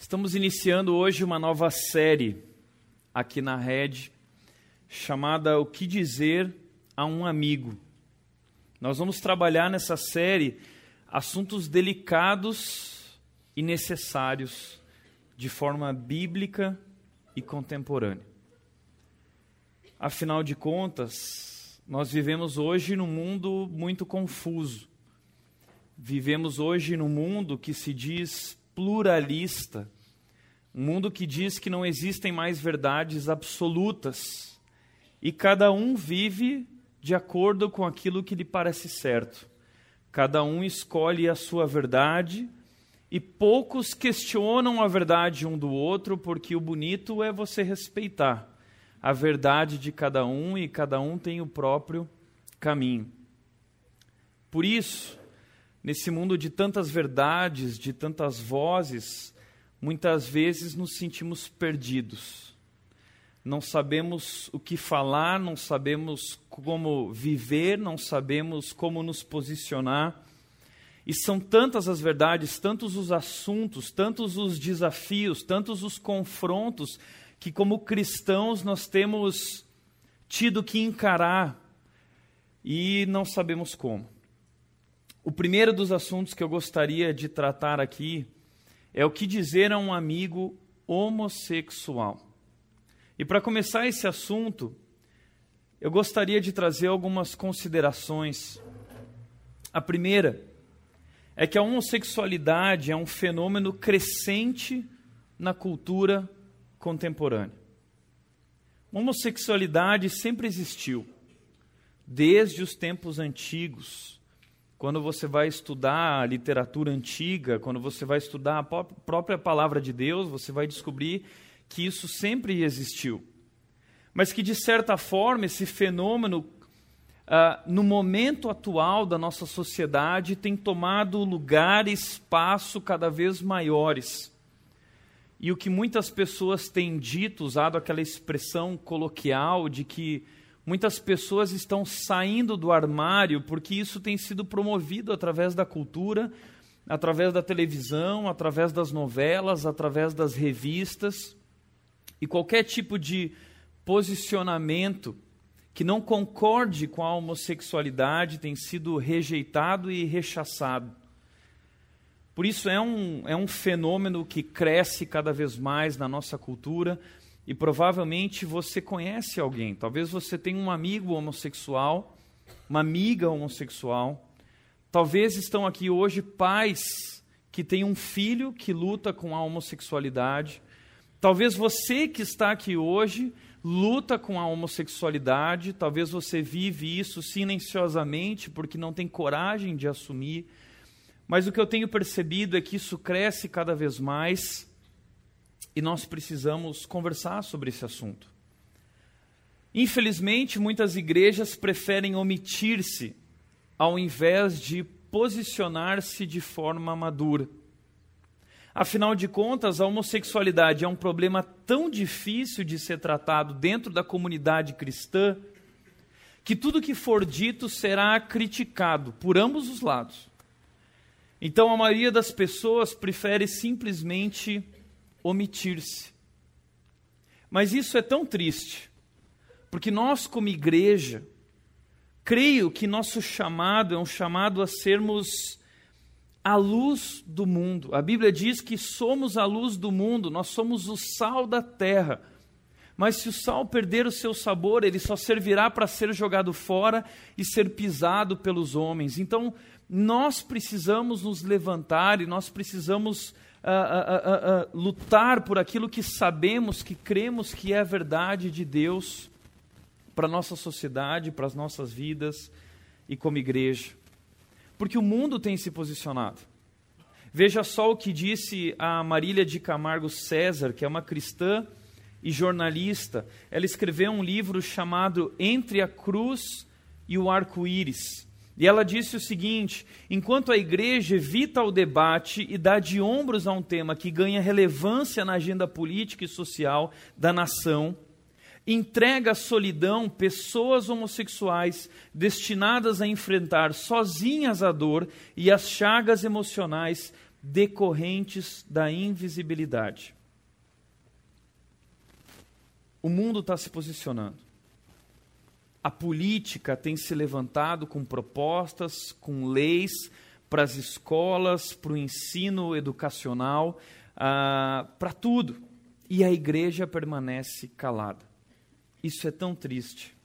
Estamos iniciando hoje uma nova série aqui na Rede, chamada O que Dizer a um Amigo. Nós vamos trabalhar nessa série assuntos delicados e necessários de forma bíblica e contemporânea. Afinal de contas, nós vivemos hoje num mundo muito confuso. Vivemos hoje num mundo que se diz pluralista, um mundo que diz que não existem mais verdades absolutas e cada um vive de acordo com aquilo que lhe parece certo. Cada um escolhe a sua verdade e poucos questionam a verdade um do outro, porque o bonito é você respeitar a verdade de cada um e cada um tem o próprio caminho. Por isso, nesse mundo de tantas verdades, de tantas vozes, muitas vezes nos sentimos perdidos. Não sabemos o que falar, não sabemos como viver, não sabemos como nos posicionar. E são tantas as verdades, tantos os assuntos, tantos os desafios, tantos os confrontos, que como cristãos nós temos tido que encarar e não sabemos como. O primeiro dos assuntos que eu gostaria de tratar aqui é o que dizer a um amigo homossexual. E para começar esse assunto, eu gostaria de trazer algumas considerações. A primeira é que a homossexualidade é um fenômeno crescente na cultura contemporânea. A homossexualidade sempre existiu, desde os tempos antigos. Quando você vai estudar a literatura antiga, quando você vai estudar a própria palavra de Deus, você vai descobrir que isso sempre existiu. Mas que, de certa forma, esse fenômeno, no momento atual da nossa sociedade, tem tomado lugar e espaço cada vez maiores. E o que muitas pessoas têm dito, usado aquela expressão coloquial de que muitas pessoas estão saindo do armário porque isso tem sido promovido através da cultura, através da televisão, através das novelas, através das revistas. E qualquer tipo de posicionamento que não concorde com a homossexualidade tem sido rejeitado e rechaçado. Por isso é um fenômeno que cresce cada vez mais na nossa cultura. E provavelmente você conhece alguém, talvez você tenha um amigo homossexual, uma amiga homossexual. Talvez estão aqui hoje pais que têm um filho que luta com a homossexualidade. Talvez você que está aqui hoje luta com a homossexualidade, talvez você vive isso silenciosamente porque não tem coragem de assumir. Mas o que eu tenho percebido é que isso cresce cada vez mais. E nós precisamos conversar sobre esse assunto. Infelizmente, muitas igrejas preferem omitir-se ao invés de posicionar-se de forma madura. Afinal de contas, a homossexualidade é um problema tão difícil de ser tratado dentro da comunidade cristã que tudo que for dito será criticado por ambos os lados. Então, a maioria das pessoas prefere simplesmente omitir-se. Mas isso é tão triste, porque nós como igreja, creio que nosso chamado é um chamado a sermos a luz do mundo. A Bíblia diz que somos a luz do mundo, nós somos o sal da terra. Mas se o sal perder o seu sabor, ele só servirá para ser jogado fora e ser pisado pelos homens. Então, nós precisamos nos levantar e nós precisamos lutar por aquilo que sabemos, que cremos que é a verdade de Deus para a nossa sociedade, para as nossas vidas e como igreja. Porque o mundo tem se posicionado. Veja só o que disse a Marília de Camargo César, que é uma cristã e jornalista. Ela escreveu um livro chamado Entre a Cruz e o Arco-Íris. E ela disse o seguinte: enquanto a igreja evita o debate e dá de ombros a um tema que ganha relevância na agenda política e social da nação, entrega à solidão pessoas homossexuais destinadas a enfrentar sozinhas a dor e as chagas emocionais decorrentes da invisibilidade. O mundo está se posicionando. A política tem se levantado com propostas, com leis para as escolas, para o ensino educacional, para tudo. E a igreja permanece calada. Isso é tão triste.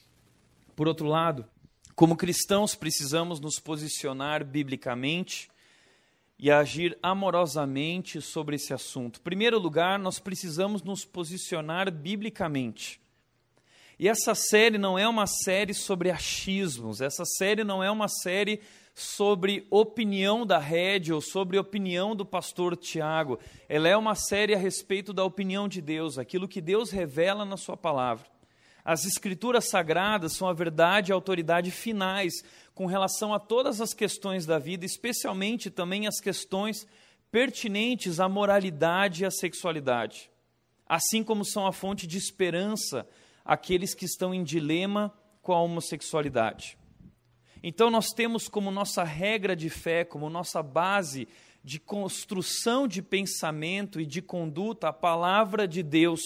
Por outro lado, como cristãos, precisamos nos posicionar biblicamente e agir amorosamente sobre esse assunto. Em primeiro lugar, nós precisamos nos posicionar biblicamente. E essa série não é uma série sobre achismos, essa série não é uma série sobre opinião da rede ou sobre opinião do pastor Tiago. Ela é uma série a respeito da opinião de Deus, aquilo que Deus revela na sua palavra. As Escrituras Sagradas são a verdade e a autoridade finais com relação a todas as questões da vida, especialmente também as questões pertinentes à moralidade e à sexualidade, assim como são a fonte de esperança àqueles que estão em dilema com a homossexualidade. Então nós temos como nossa regra de fé, como nossa base de construção de pensamento e de conduta a palavra de Deus.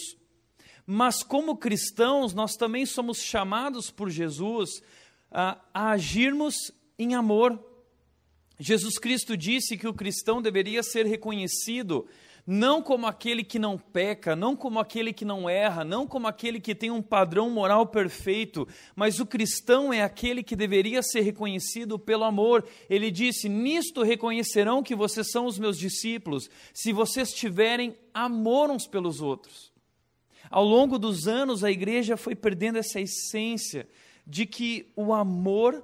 Mas como cristãos, nós também somos chamados por Jesus a agirmos em amor. Jesus Cristo disse que o cristão deveria ser reconhecido não como aquele que não peca, não como aquele que não erra, não como aquele que tem um padrão moral perfeito, mas o cristão é aquele que deveria ser reconhecido pelo amor. Ele disse: nisto reconhecerão que vocês são os meus discípulos, se vocês tiverem amor uns pelos outros. Ao longo dos anos, a igreja foi perdendo essa essência de que o amor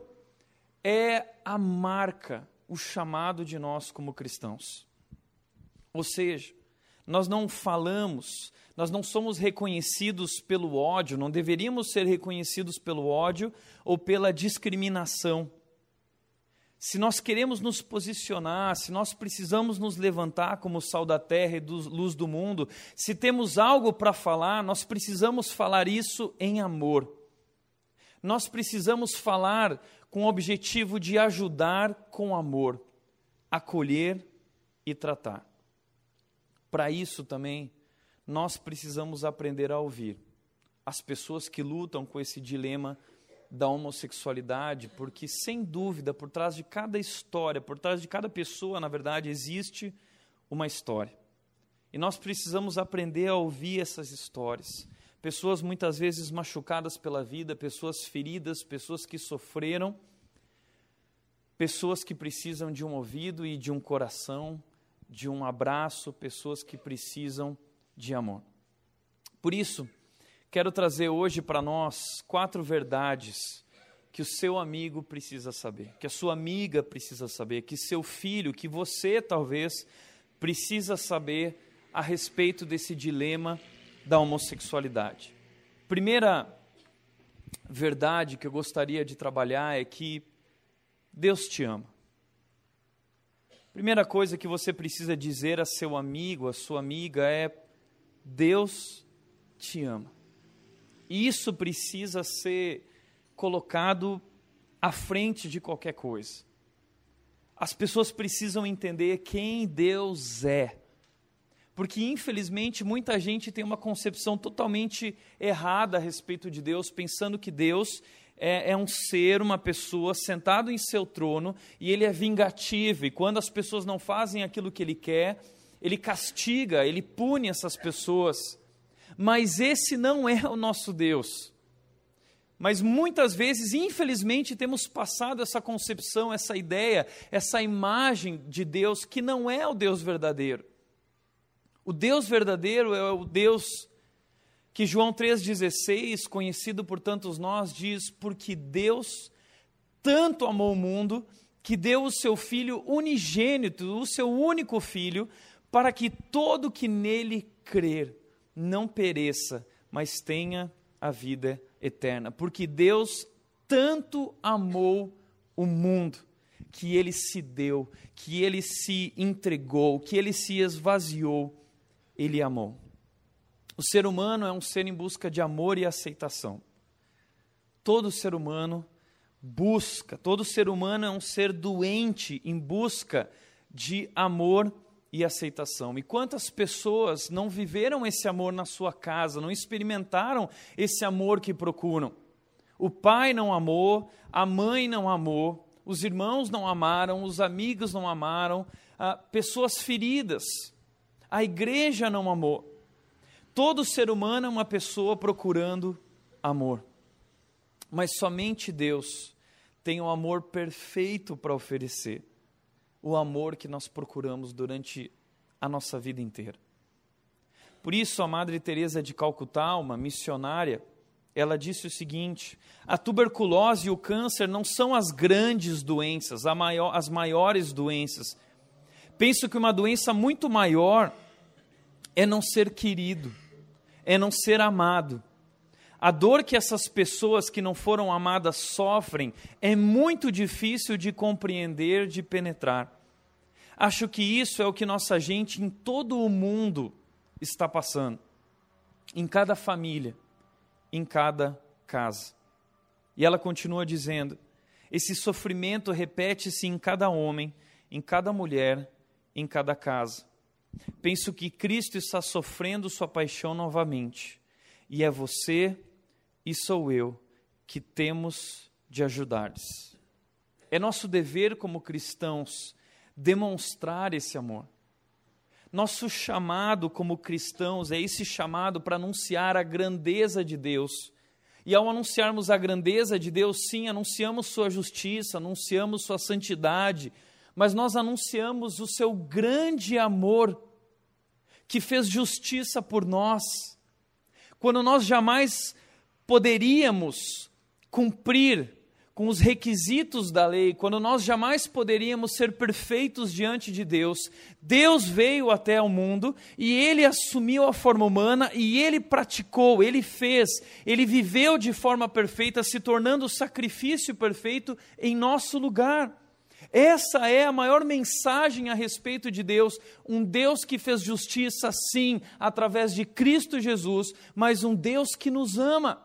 é a marca, o chamado de nós como cristãos. Ou seja, nós não falamos, nós não somos reconhecidos pelo ódio, não deveríamos ser reconhecidos pelo ódio ou pela discriminação. Se nós queremos nos posicionar, se nós precisamos nos levantar como sal da terra e luz do mundo, se temos algo para falar, nós precisamos falar isso em amor. Nós precisamos falar com o objetivo de ajudar com amor, acolher e tratar. Para isso também, nós precisamos aprender a ouvir as pessoas que lutam com esse dilema da homossexualidade, porque, sem dúvida, por trás de cada história, por trás de cada pessoa, na verdade, existe uma história. E nós precisamos aprender a ouvir essas histórias. Pessoas muitas vezes machucadas pela vida, pessoas feridas, pessoas que sofreram, pessoas que precisam de um ouvido e de um coração, de um abraço, pessoas que precisam de amor. Por isso, quero trazer hoje para nós 4 verdades que o seu amigo precisa saber, que a sua amiga precisa saber, que seu filho, que você talvez precisa saber a respeito desse dilema da homossexualidade. Primeira verdade que eu gostaria de trabalhar é que Deus te ama. Primeira coisa que você precisa dizer a seu amigo, a sua amiga é: Deus te ama. E isso precisa ser colocado à frente de qualquer coisa. As pessoas precisam entender quem Deus é. Porque, infelizmente, muita gente tem uma concepção totalmente errada a respeito de Deus, pensando que Deus é um ser, uma pessoa sentado em seu trono, e ele é vingativo, e quando as pessoas não fazem aquilo que ele quer, ele castiga, ele pune essas pessoas. Mas esse não é o nosso Deus. Mas muitas vezes, infelizmente, temos passado essa concepção, essa ideia, essa imagem de Deus que não é o Deus verdadeiro. O Deus verdadeiro é o Deus que João 3,16, conhecido por tantos nós, diz: porque Deus tanto amou o mundo, que deu o seu Filho unigênito, o seu único Filho, para que todo que nele crer não pereça, mas tenha a vida eterna. Porque Deus tanto amou o mundo, que ele se deu, que ele se entregou, que ele se esvaziou, ele amou. O ser humano é um ser em busca de amor e aceitação. Todo ser humano busca, todo ser humano é um ser doente em busca de amor e aceitação. E quantas pessoas não viveram esse amor na sua casa, não experimentaram esse amor que procuram? O pai não amou, a mãe não amou, os irmãos não amaram, os amigos não amaram, pessoas feridas, a igreja não amou. Todo ser humano é uma pessoa procurando amor. Mas somente Deus tem o amor perfeito para oferecer. O amor que nós procuramos durante a nossa vida inteira. Por isso, a Madre Teresa de Calcutá, uma missionária, ela disse o seguinte: a tuberculose e o câncer não são as grandes doenças, as maiores doenças. Penso que uma doença muito maior é não ser querido, é não ser amado. A dor que essas pessoas que não foram amadas sofrem é muito difícil de compreender, de penetrar. Acho que isso é o que nossa gente em todo o mundo está passando. Em cada família, em cada casa. E ela continua dizendo: esse sofrimento repete-se em cada homem, em cada mulher, em cada casa. Penso que Cristo está sofrendo sua paixão novamente. E é você e sou eu que temos de ajudar-lhes. É nosso dever como cristãos demonstrar esse amor. Nosso chamado como cristãos é esse chamado para anunciar a grandeza de Deus. E ao anunciarmos a grandeza de Deus, sim, anunciamos sua justiça, anunciamos sua santidade, mas nós anunciamos o seu grande amor, que fez justiça por nós, quando nós jamais poderíamos cumprir com os requisitos da lei, quando nós jamais poderíamos ser perfeitos diante de Deus, Deus veio até o mundo e Ele assumiu a forma humana e Ele praticou, Ele fez, Ele viveu de forma perfeita, se tornando o sacrifício perfeito em nosso lugar. Essa é a maior mensagem a respeito de Deus, um Deus que fez justiça, sim, através de Cristo Jesus, mas um Deus que nos ama.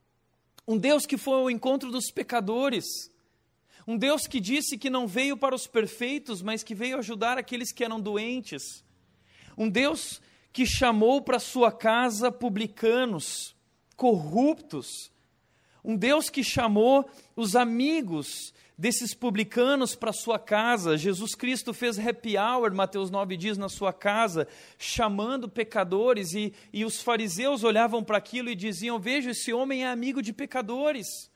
Um Deus que foi ao encontro dos pecadores. Um Deus que disse que não veio para os perfeitos, mas que veio ajudar aqueles que eram doentes. Um Deus que chamou para sua casa publicanos, corruptos. Um Deus que chamou os amigos desses publicanos para sua casa. Jesus Cristo fez happy hour, Mateus 9 diz, na sua casa, chamando pecadores, e os fariseus olhavam para aquilo e diziam: veja, esse homem é amigo de pecadores.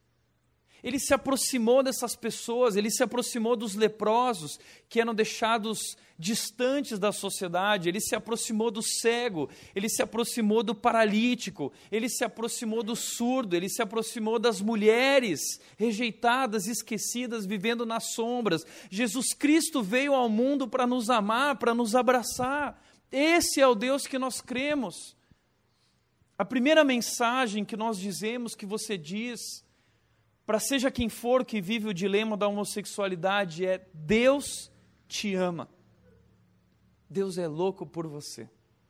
Ele se aproximou dessas pessoas, ele se aproximou dos leprosos, que eram deixados distantes da sociedade, ele se aproximou do cego, ele se aproximou do paralítico, ele se aproximou do surdo, ele se aproximou das mulheres rejeitadas, esquecidas, vivendo nas sombras. Jesus Cristo veio ao mundo para nos amar, para nos abraçar. Esse é o Deus que nós cremos. A primeira mensagem que nós dizemos, que você diz, para seja quem for que vive o dilema da homossexualidade, é: Deus te ama. Deus é louco por você.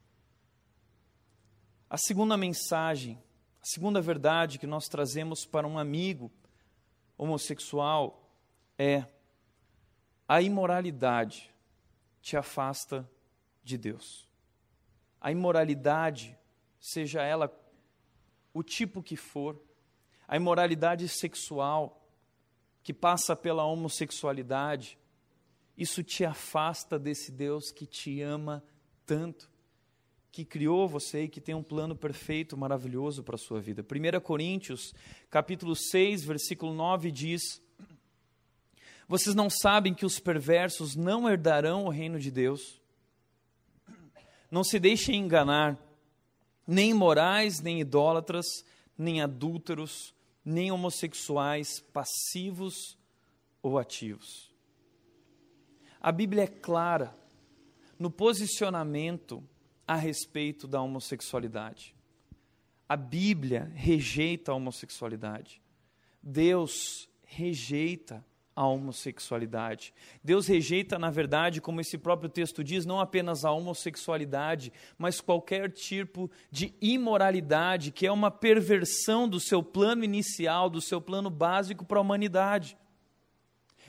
A segunda mensagem, a segunda verdade que nós trazemos para um amigo homossexual é: a imoralidade te afasta de Deus. A imoralidade, seja ela o tipo que for, a imoralidade sexual que passa pela homossexualidade, isso te afasta desse Deus que te ama tanto, que criou você e que tem um plano perfeito, maravilhoso para a sua vida. 1 Coríntios, capítulo 6, versículo 9 diz: vocês não sabem que os perversos não herdarão o reino de Deus? Não se deixem enganar, nem imorais, nem idólatras, nem adúlteros, nem homossexuais, passivos ou ativos. A Bíblia é clara no posicionamento a respeito da homossexualidade. A Bíblia rejeita a homossexualidade. Deus rejeita a homossexualidade. Deus rejeita, na verdade, como esse próprio texto diz, não apenas a homossexualidade, mas qualquer tipo de imoralidade, que é uma perversão do seu plano inicial, do seu plano básico para a humanidade.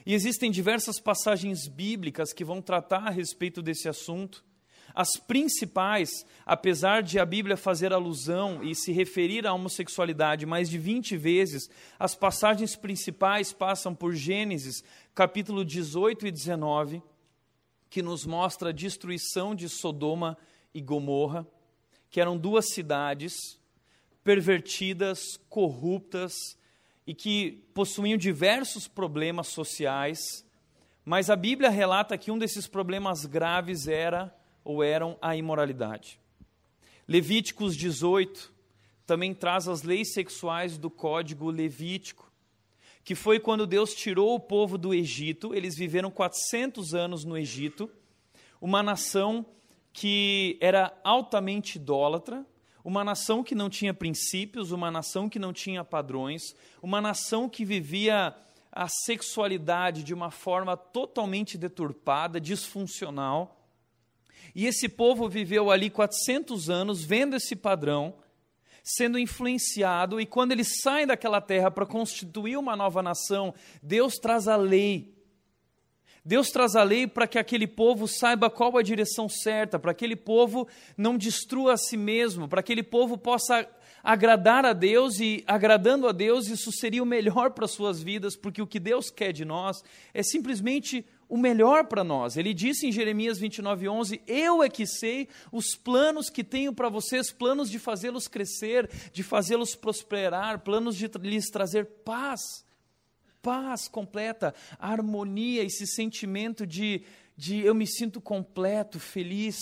E existem diversas passagens bíblicas que vão tratar a respeito desse assunto. As principais, apesar de a Bíblia fazer alusão e se referir à homossexualidade mais de 20 vezes, as passagens principais passam por Gênesis, capítulo 18 e 19, que nos mostra a destruição de Sodoma e Gomorra, que eram duas cidades pervertidas, corruptas e que possuíam diversos problemas sociais, mas a Bíblia relata que um desses problemas graves eram a imoralidade. Levíticos 18 também traz as leis sexuais do Código Levítico, que foi quando Deus tirou o povo do Egito. Eles viveram 400 anos no Egito, uma nação que era altamente idólatra, uma nação que não tinha princípios, uma nação que não tinha padrões, uma nação que vivia a sexualidade de uma forma totalmente deturpada, disfuncional. E esse povo viveu ali 400 anos vendo esse padrão, sendo influenciado, e quando eles saem daquela terra para constituir uma nova nação, Deus traz a lei. Deus traz a lei para que aquele povo saiba qual a direção certa, para que aquele povo não destrua a si mesmo, para que aquele povo possa agradar a Deus, e agradando a Deus, isso seria o melhor para as suas vidas, porque o que Deus quer de nós é simplesmente o melhor para nós. Ele disse em Jeremias 29:11, eu é que sei os planos que tenho para vocês, planos de fazê-los crescer, de fazê-los prosperar, planos de lhes trazer paz completa, harmonia, esse sentimento de eu me sinto completo, feliz.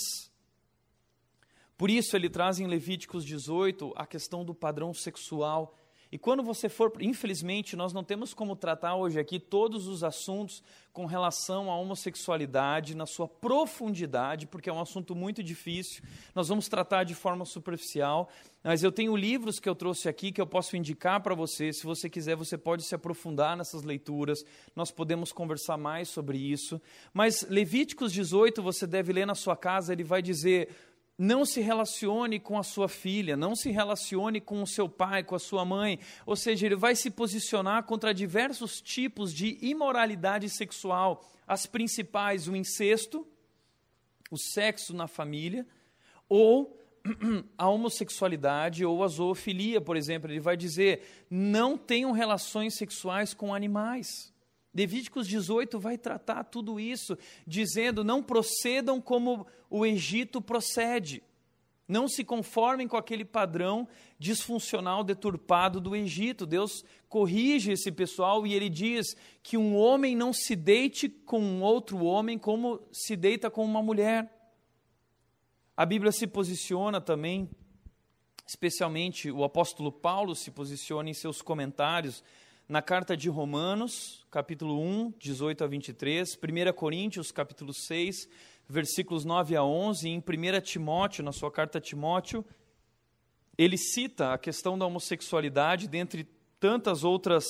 Por isso ele traz em Levíticos 18 a questão do padrão sexual. E quando você for, infelizmente, nós não temos como tratar hoje aqui todos os assuntos com relação à homossexualidade na sua profundidade, porque é um assunto muito difícil. Nós vamos tratar de forma superficial, mas eu tenho livros que eu trouxe aqui que eu posso indicar para você. Se você quiser, você pode se aprofundar nessas leituras. Nós podemos conversar mais sobre isso. Mas Levíticos 18, você deve ler na sua casa, ele vai dizer: não se relacione com a sua filha, não se relacione com o seu pai, com a sua mãe. Ou seja, ele vai se posicionar contra diversos tipos de imoralidade sexual. As principais, o incesto, o sexo na família, ou a homossexualidade, ou a zoofilia, por exemplo. Ele vai dizer, não tenham relações sexuais com animais. Levíticos 18 vai tratar tudo isso, dizendo, não procedam como o Egito procede. Não se conformem com aquele padrão disfuncional, deturpado do Egito. Deus corrige esse pessoal e ele diz que um homem não se deite com um outro homem como se deita com uma mulher. A Bíblia se posiciona também, especialmente o apóstolo Paulo se posiciona em seus comentários, na carta de Romanos, capítulo 1, 18 a 23, 1 Coríntios, capítulo 6, versículos 9 a 11, e em 1 Timóteo, na sua carta a Timóteo, ele cita a questão da homossexualidade, dentre tantas outras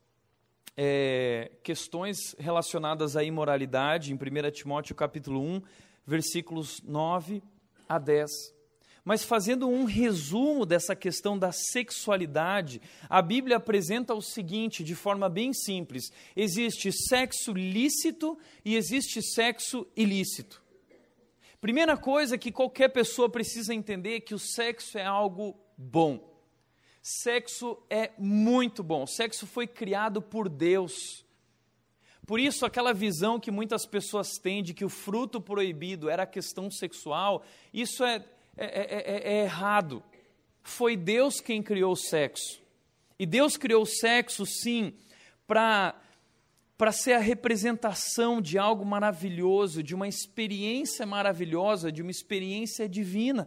questões relacionadas à imoralidade, em 1 Timóteo, capítulo 1, versículos 9 a 10. Mas fazendo um resumo dessa questão da sexualidade, a Bíblia apresenta o seguinte, de forma bem simples: existe sexo lícito e existe sexo ilícito. Primeira coisa que qualquer pessoa precisa entender é que o sexo é algo bom. Sexo é muito bom. Sexo foi criado por Deus. Por isso, aquela visão que muitas pessoas têm de que o fruto proibido era a questão sexual, isso é errado. Foi Deus quem criou o sexo. E Deus criou o sexo, sim, para ser a representação de algo maravilhoso, de uma experiência maravilhosa, de uma experiência divina.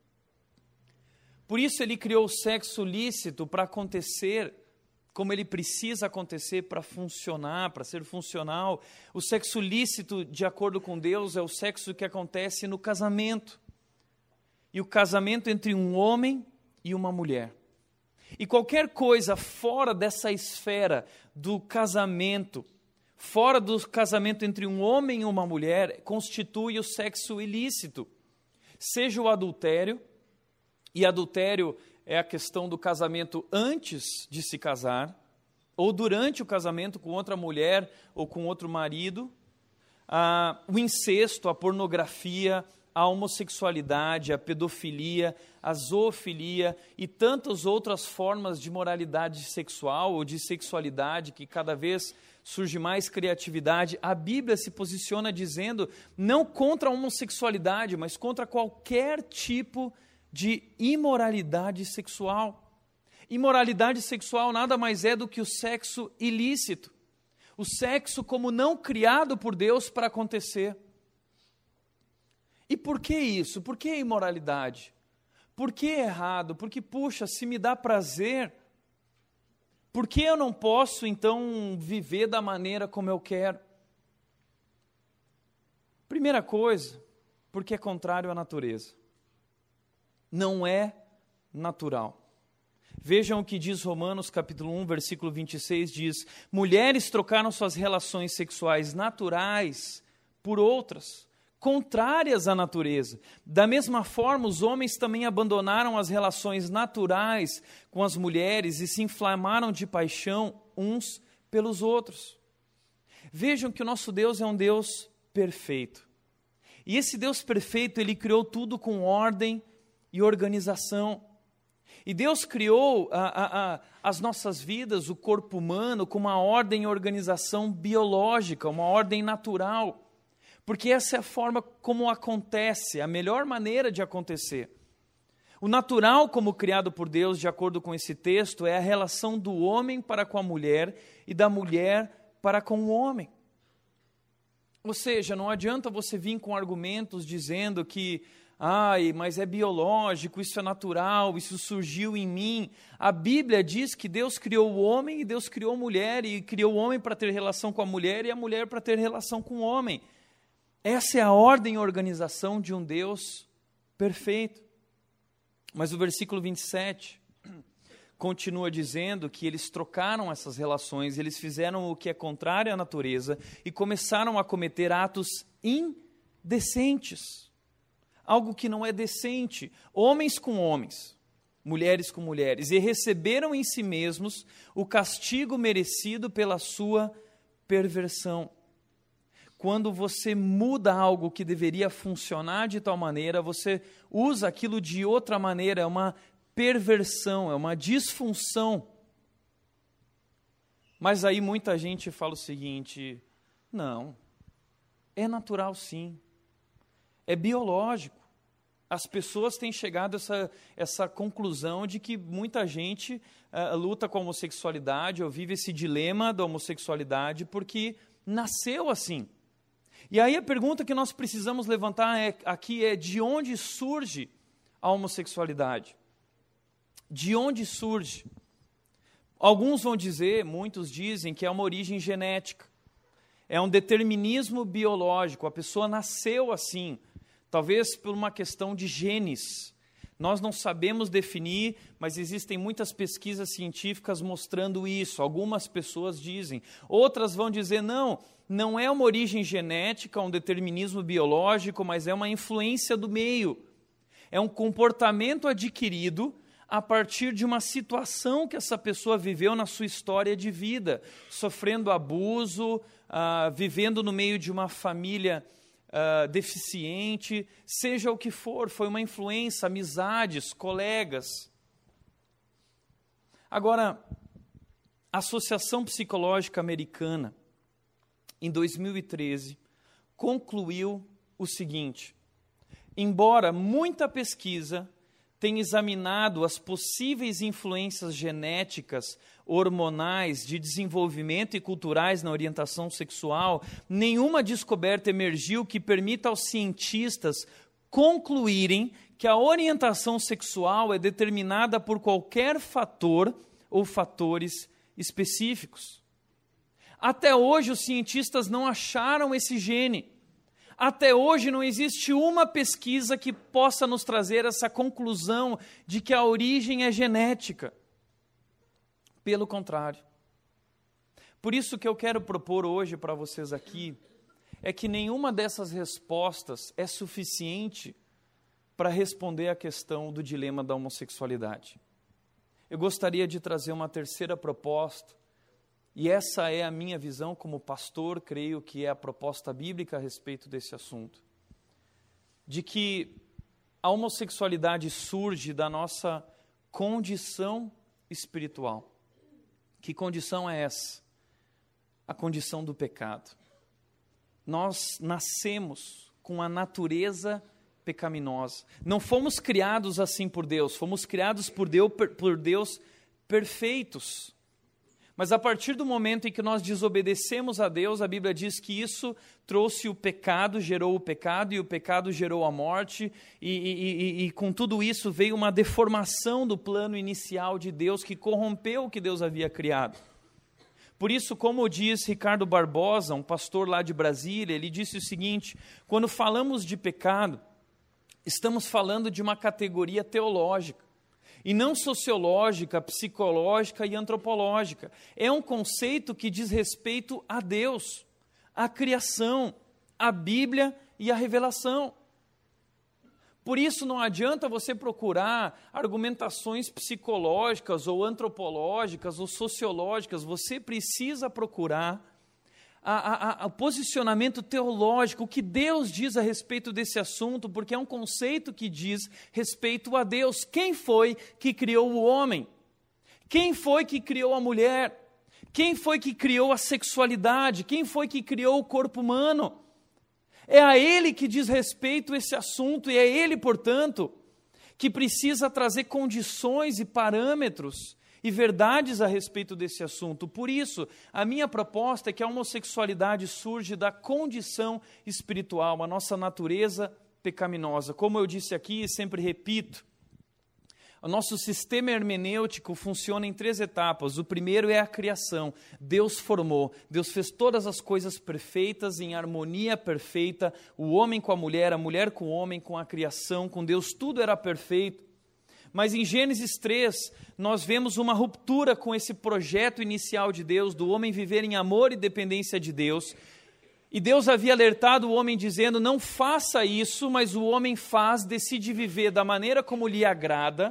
Por isso ele criou o sexo lícito para acontecer como ele precisa acontecer para funcionar, para ser funcional. O sexo lícito, de acordo com Deus, é o sexo que acontece no casamento. E o casamento entre um homem e uma mulher. E qualquer coisa fora dessa esfera do casamento, fora do casamento entre um homem e uma mulher, constitui o sexo ilícito. Seja o adultério, e adultério é a questão do casamento antes de se casar, ou durante o casamento com outra mulher ou com outro marido, o incesto, a pornografia, a homossexualidade, a pedofilia, a zoofilia e tantas outras formas de moralidade sexual ou de sexualidade que cada vez surge mais criatividade. A Bíblia se posiciona dizendo não contra a homossexualidade, mas contra qualquer tipo de imoralidade sexual. Imoralidade sexual nada mais é do que o sexo ilícito. O sexo como não criado por Deus para acontecer. E por que isso? Por que imoralidade? Por que errado? Porque, puxa, se me dá prazer, por que eu não posso, então, viver da maneira como eu quero? Primeira coisa, porque é contrário à natureza. Não é natural. Vejam o que diz Romanos capítulo 1, versículo 26, diz: mulheres trocaram suas relações sexuais naturais por outras, contrárias à natureza. Da mesma forma, os homens também abandonaram as relações naturais com as mulheres e se inflamaram de paixão uns pelos outros. Vejam que o nosso Deus é um Deus perfeito. E esse Deus perfeito, Ele criou tudo com ordem e organização. E Deus criou as nossas vidas, o corpo humano, com uma ordem e organização biológica, uma ordem natural. Porque essa é a forma como acontece, a melhor maneira de acontecer. O natural, como criado por Deus, de acordo com esse texto, é a relação do homem para com a mulher e da mulher para com o homem. Ou seja, não adianta você vir com argumentos dizendo que mas é biológico, isso é natural, isso surgiu em mim. A Bíblia diz que Deus criou o homem e Deus criou a mulher, e criou o homem para ter relação com a mulher e a mulher para ter relação com o homem. Essa é a ordem e organização de um Deus perfeito. Mas o versículo 27 continua dizendo que eles trocaram essas relações, eles fizeram o que é contrário à natureza e começaram a cometer atos indecentes. Algo que não é decente, homens com homens, mulheres com mulheres, e receberam em si mesmos o castigo merecido pela sua perversão. Quando você muda algo que deveria funcionar de tal maneira, você usa aquilo de outra maneira, é uma perversão, é uma disfunção. Mas aí muita gente fala o seguinte: não, é natural sim. É biológico. As pessoas têm chegado a essa conclusão de que muita gente luta com a homossexualidade ou vive esse dilema da homossexualidade porque nasceu assim. E aí a pergunta que nós precisamos levantar aqui é: de onde surge a homossexualidade? De onde surge? Alguns vão dizer, muitos dizem, que é uma origem genética. É um determinismo biológico, a pessoa nasceu assim. Talvez por uma questão de genes. Nós não sabemos definir, mas existem muitas pesquisas científicas mostrando isso. Algumas pessoas dizem. Outras vão dizer, não é uma origem genética, um determinismo biológico, mas é uma influência do meio. É um comportamento adquirido a partir de uma situação que essa pessoa viveu na sua história de vida, sofrendo abuso, vivendo no meio de uma família deficiente, seja o que for, foi uma influência, amizades, colegas. Agora, a Associação Psicológica Americana, em 2013, concluiu o seguinte: embora muita pesquisa tenha examinado as possíveis influências genéticas, hormonais, de desenvolvimento e culturais na orientação sexual, nenhuma descoberta emergiu que permita aos cientistas concluírem que a orientação sexual é determinada por qualquer fator ou fatores específicos. Até hoje, os cientistas não acharam esse gene. Até hoje não existe uma pesquisa que possa nos trazer essa conclusão de que a origem é genética. Pelo contrário. Por isso que eu quero propor hoje para vocês aqui é que nenhuma dessas respostas é suficiente para responder à questão do dilema da homossexualidade. Eu gostaria de trazer uma terceira proposta E essa é a minha visão como pastor, creio que é a proposta bíblica a respeito desse assunto. De que a homossexualidade surge da nossa condição espiritual. Que condição é essa? A condição do pecado. Nós nascemos com a natureza pecaminosa. Não fomos criados assim por Deus, fomos criados por Deus perfeitos. Mas a partir do momento em que nós desobedecemos a Deus, a Bíblia diz que isso trouxe o pecado, gerou o pecado, e o pecado gerou a morte, e com tudo isso veio uma deformação do plano inicial de Deus, que corrompeu o que Deus havia criado. Por isso, como diz Ricardo Barbosa, um pastor lá de Brasília, ele disse o seguinte: quando falamos de pecado, estamos falando de uma categoria teológica, e não sociológica, psicológica e antropológica. É um conceito que diz respeito a Deus, à criação, à Bíblia e à revelação. Por isso não adianta você procurar argumentações psicológicas ou antropológicas ou sociológicas, você precisa procurar o posicionamento teológico, o que Deus diz a respeito desse assunto, porque é um conceito que diz respeito a Deus. Quem foi que criou o homem? Quem foi que criou a mulher? Quem foi que criou a sexualidade? Quem foi que criou o corpo humano? É a Ele que diz respeito a esse assunto, e é Ele, portanto, que precisa trazer condições e parâmetros e verdades a respeito desse assunto. Por isso, a minha proposta é que a homossexualidade surge da condição espiritual, a nossa natureza pecaminosa. Como eu disse aqui e sempre repito, o nosso sistema hermenêutico funciona em 3 etapas. O primeiro é a criação. Deus formou, Deus fez todas as coisas perfeitas, em harmonia perfeita, o homem com a mulher com o homem, com a criação, com Deus, tudo era perfeito. Mas em Gênesis 3, nós vemos uma ruptura com esse projeto inicial de Deus, do homem viver em amor e dependência de Deus. E Deus havia alertado o homem dizendo: não faça isso, mas o homem faz, decide viver da maneira como lhe agrada.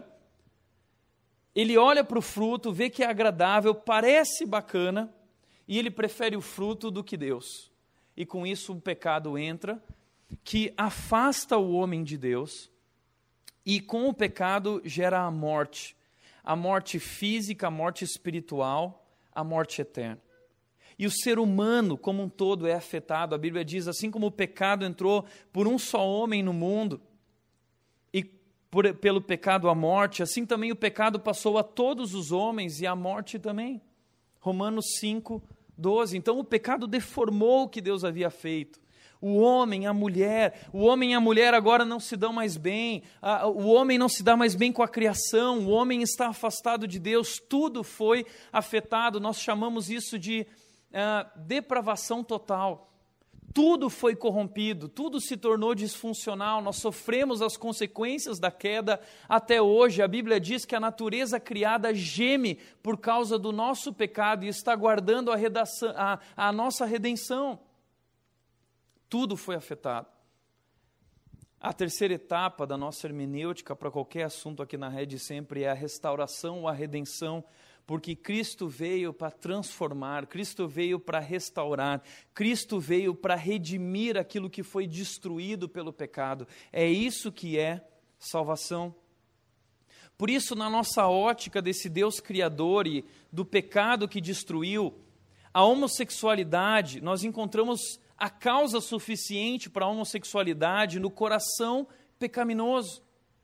Ele olha para o fruto, vê que é agradável, parece bacana, e ele prefere o fruto do que Deus. E com isso o pecado entra, que afasta o homem de Deus, e com o pecado gera a morte física, a morte espiritual, a morte eterna. E o ser humano como um todo é afetado. A Bíblia diz, assim como o pecado entrou por um só homem no mundo, e pelo pecado a morte, assim também o pecado passou a todos os homens e a morte também. Romanos 5:12. Então o pecado deformou o que Deus havia feito. O homem e a mulher agora não se dão mais bem, o homem não se dá mais bem com a criação, o homem está afastado de Deus, tudo foi afetado. Nós chamamos isso de depravação total. Tudo foi corrompido, tudo se tornou disfuncional, nós sofremos as consequências da queda até hoje. A Bíblia diz que a natureza criada geme por causa do nosso pecado e está aguardando a nossa redenção. Tudo foi afetado. A terceira etapa da nossa hermenêutica para qualquer assunto aqui na Rede sempre é a restauração ou a redenção, porque Cristo veio para transformar, Cristo veio para restaurar, Cristo veio para redimir aquilo que foi destruído pelo pecado. É isso que é salvação. Por isso, na nossa ótica desse Deus criador e do pecado que destruiu, a homossexualidade, nós encontramos a causa suficiente para a homossexualidade no coração pecaminoso.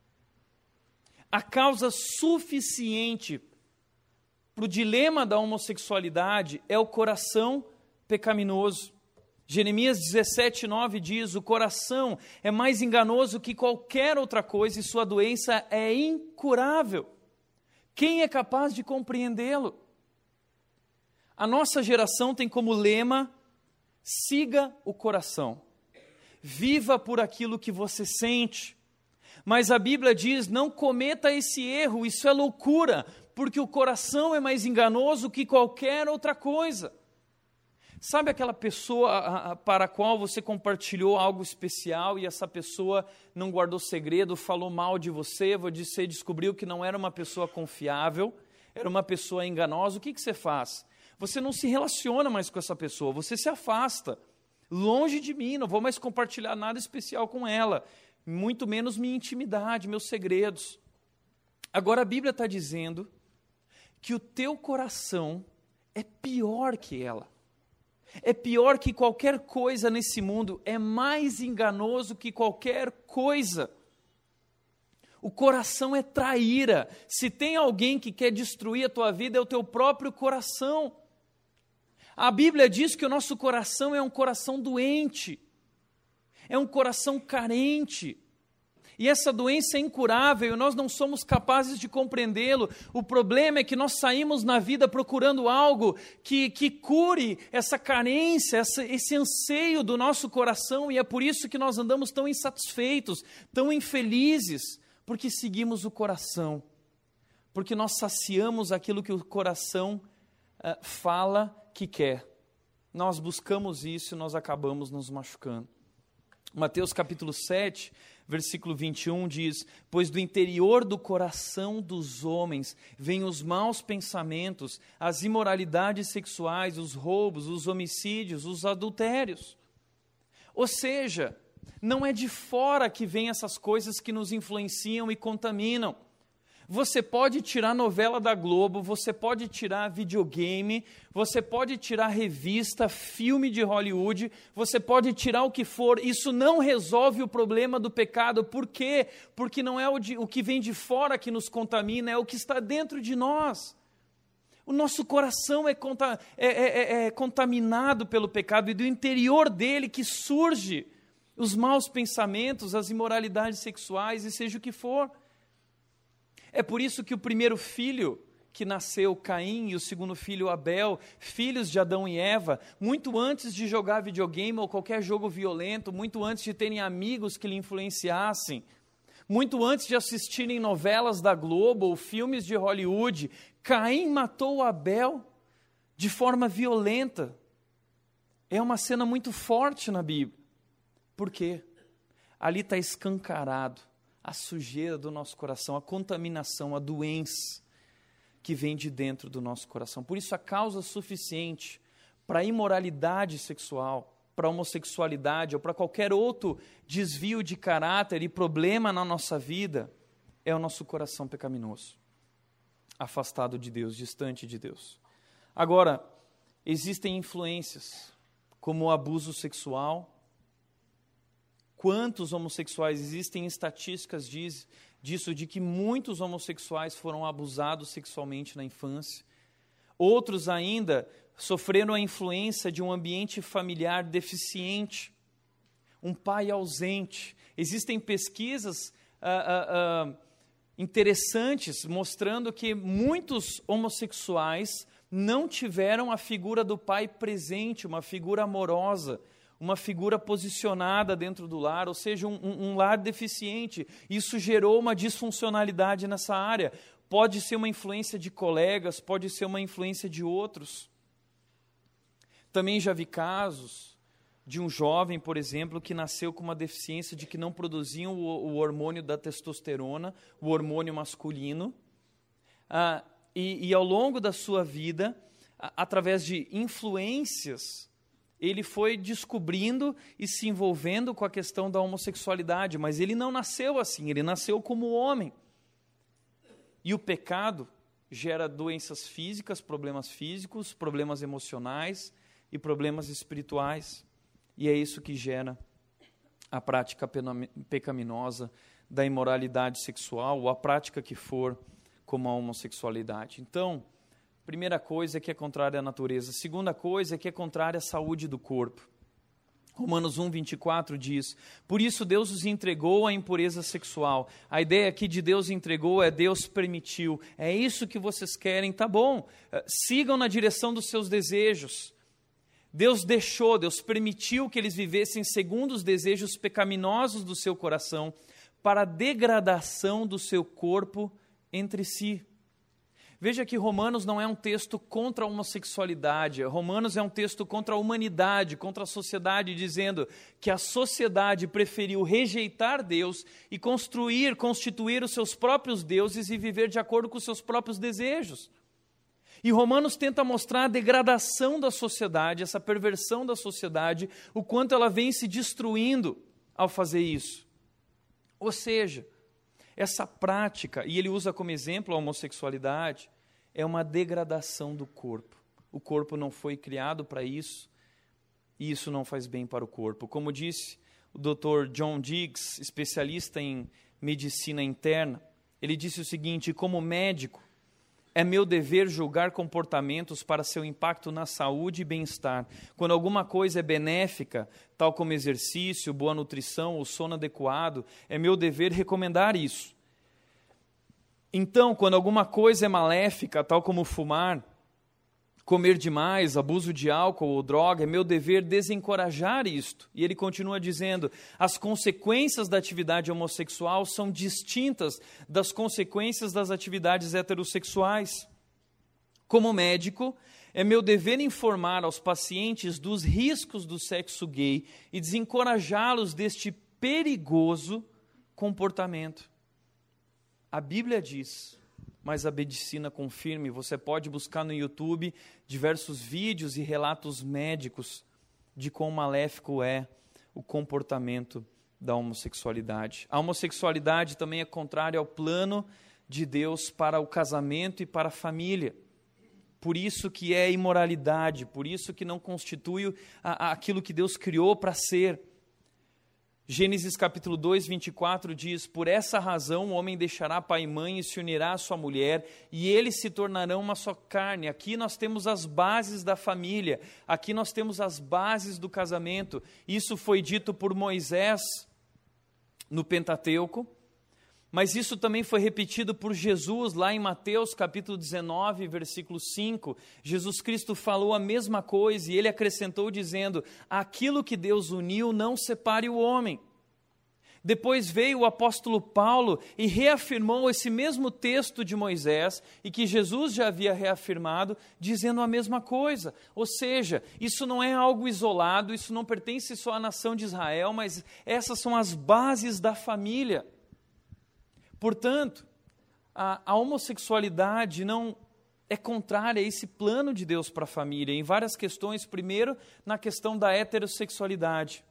A causa suficiente para o dilema da homossexualidade é o coração pecaminoso. Jeremias 17:9 diz: o coração é mais enganoso que qualquer outra coisa e sua doença é incurável. Quem é capaz de compreendê-lo? A nossa geração tem como lema: siga o coração, viva por aquilo que você sente. Mas a Bíblia diz: não cometa esse erro, isso é loucura, porque o coração é mais enganoso que qualquer outra coisa. Sabe aquela pessoa para a qual você compartilhou algo especial e essa pessoa não guardou segredo, falou mal de você descobriu que não era uma pessoa confiável, era uma pessoa enganosa? O que você faz? você não se relaciona mais com essa pessoa, você se afasta. Longe de mim, não vou mais compartilhar nada especial com ela, muito menos minha intimidade, meus segredos. Agora a Bíblia está dizendo que o teu coração é pior que ela. É pior que qualquer coisa nesse mundo, é mais enganoso que qualquer coisa. O coração é traíra. Se tem alguém que quer destruir a tua vida, é o teu próprio coração. A Bíblia diz que o nosso coração é um coração doente, é um coração carente. E essa doença é incurável e nós não somos capazes de compreendê-lo. O problema é que nós saímos na vida procurando algo que cure essa carência, esse anseio do nosso coração, e é por isso que nós andamos tão insatisfeitos, tão infelizes, porque seguimos o coração, porque nós saciamos aquilo que o coração fala que quer. Nós buscamos isso e nós acabamos nos machucando. Mateus capítulo 7, versículo 21 diz: pois do interior do coração dos homens vêm os maus pensamentos, as imoralidades sexuais, os roubos, os homicídios, os adultérios. Ou seja, não é de fora que vêm essas coisas que nos influenciam e contaminam. Você pode tirar novela da Globo, você pode tirar videogame, você pode tirar revista, filme de Hollywood, você pode tirar o que for, isso não resolve o problema do pecado. Por quê? Porque não é o que vem de fora que nos contamina, é o que está dentro de nós. O nosso coração é contaminado pelo pecado, e do interior dele que surge os maus pensamentos, as imoralidades sexuais e seja o que for. É por isso que o primeiro filho que nasceu, Caim, e o segundo filho, Abel, filhos de Adão e Eva, muito antes de jogar videogame ou qualquer jogo violento, muito antes de terem amigos que lhe influenciassem, muito antes de assistirem novelas da Globo ou filmes de Hollywood, Caim matou Abel de forma violenta. É uma cena muito forte na Bíblia. Por quê? Ali está escancarado a sujeira do nosso coração, a contaminação, a doença que vem de dentro do nosso coração. Por isso, a causa suficiente para a imoralidade sexual, para a homossexualidade ou para qualquer outro desvio de caráter e problema na nossa vida é o nosso coração pecaminoso, afastado de Deus, distante de Deus. Agora, existem influências como o abuso sexual. Quantos homossexuais, existem estatísticas disso, de que muitos homossexuais foram abusados sexualmente na infância. Outros ainda sofreram a influência de um ambiente familiar deficiente, um pai ausente. Existem pesquisas interessantes mostrando que muitos homossexuais não tiveram a figura do pai presente, uma figura amorosa, uma figura posicionada dentro do lar, ou seja, um lar deficiente. Isso gerou uma disfuncionalidade nessa área. Pode ser uma influência de colegas, pode ser uma influência de outros. Também já vi casos de um jovem, por exemplo, que nasceu com uma deficiência de que não produziam o hormônio da testosterona, o hormônio masculino, e ao longo da sua vida, através de influências, ele foi descobrindo e se envolvendo com a questão da homossexualidade, mas ele não nasceu assim, ele nasceu como homem. E o pecado gera doenças físicas, problemas emocionais e problemas espirituais. E é isso que gera a prática pecaminosa da imoralidade sexual, ou a prática que for, como a homossexualidade. Então, primeira coisa é que é contrária à natureza. Segunda coisa é que é contrária à saúde do corpo. Romanos 1:24 diz: por isso Deus os entregou à impureza sexual. A ideia aqui de Deus entregou é Deus permitiu. É isso que vocês querem, tá bom. Sigam na direção dos seus desejos. Deus deixou, Deus permitiu que eles vivessem segundo os desejos pecaminosos do seu coração, para a degradação do seu corpo entre si. Veja que Romanos não é um texto contra a homossexualidade, Romanos é um texto contra a humanidade, contra a sociedade, dizendo que a sociedade preferiu rejeitar Deus e constituir os seus próprios deuses e viver de acordo com os seus próprios desejos. E Romanos tenta mostrar a degradação da sociedade, essa perversão da sociedade, o quanto ela vem se destruindo ao fazer isso. Ou seja, essa prática, e ele usa como exemplo a homossexualidade, é uma degradação do corpo. O corpo não foi criado para isso, e isso não faz bem para o corpo. Como disse o Dr. John Diggs, especialista em medicina interna, ele disse o seguinte: como médico, é meu dever julgar comportamentos para seu impacto na saúde e bem-estar. Quando alguma coisa é benéfica, tal como exercício, boa nutrição ou sono adequado, é meu dever recomendar isso. Então, quando alguma coisa é maléfica, tal como fumar, comer demais, abuso de álcool ou droga, é meu dever desencorajar isto. E ele continua dizendo: as consequências da atividade homossexual são distintas das consequências das atividades heterossexuais. Como médico, é meu dever informar aos pacientes dos riscos do sexo gay e desencorajá-los deste perigoso comportamento. A Bíblia diz, mas a medicina confirma, você pode buscar no YouTube diversos vídeos e relatos médicos de quão maléfico é o comportamento da homossexualidade. A homossexualidade também é contrária ao plano de Deus para o casamento e para a família. Por isso que é imoralidade, por isso que não constitui aquilo que Deus criou para ser. Gênesis capítulo 2, 24 diz: por essa razão o homem deixará pai e mãe e se unirá à sua mulher, e eles se tornarão uma só carne. Aqui nós temos as bases da família, aqui nós temos as bases do casamento. Isso foi dito por Moisés no Pentateuco, mas isso também foi repetido por Jesus lá em Mateus capítulo 19, versículo 5. Jesus Cristo falou a mesma coisa e ele acrescentou dizendo: aquilo que Deus uniu não separe o homem. Depois veio o apóstolo Paulo e reafirmou esse mesmo texto de Moisés e que Jesus já havia reafirmado, dizendo a mesma coisa. Ou seja, isso não é algo isolado, isso não pertence só à nação de Israel, mas essas são as bases da família. Portanto, a homossexualidade não é contrária a esse plano de Deus para a família, em várias questões. Primeiro, na questão da heterossexualidade.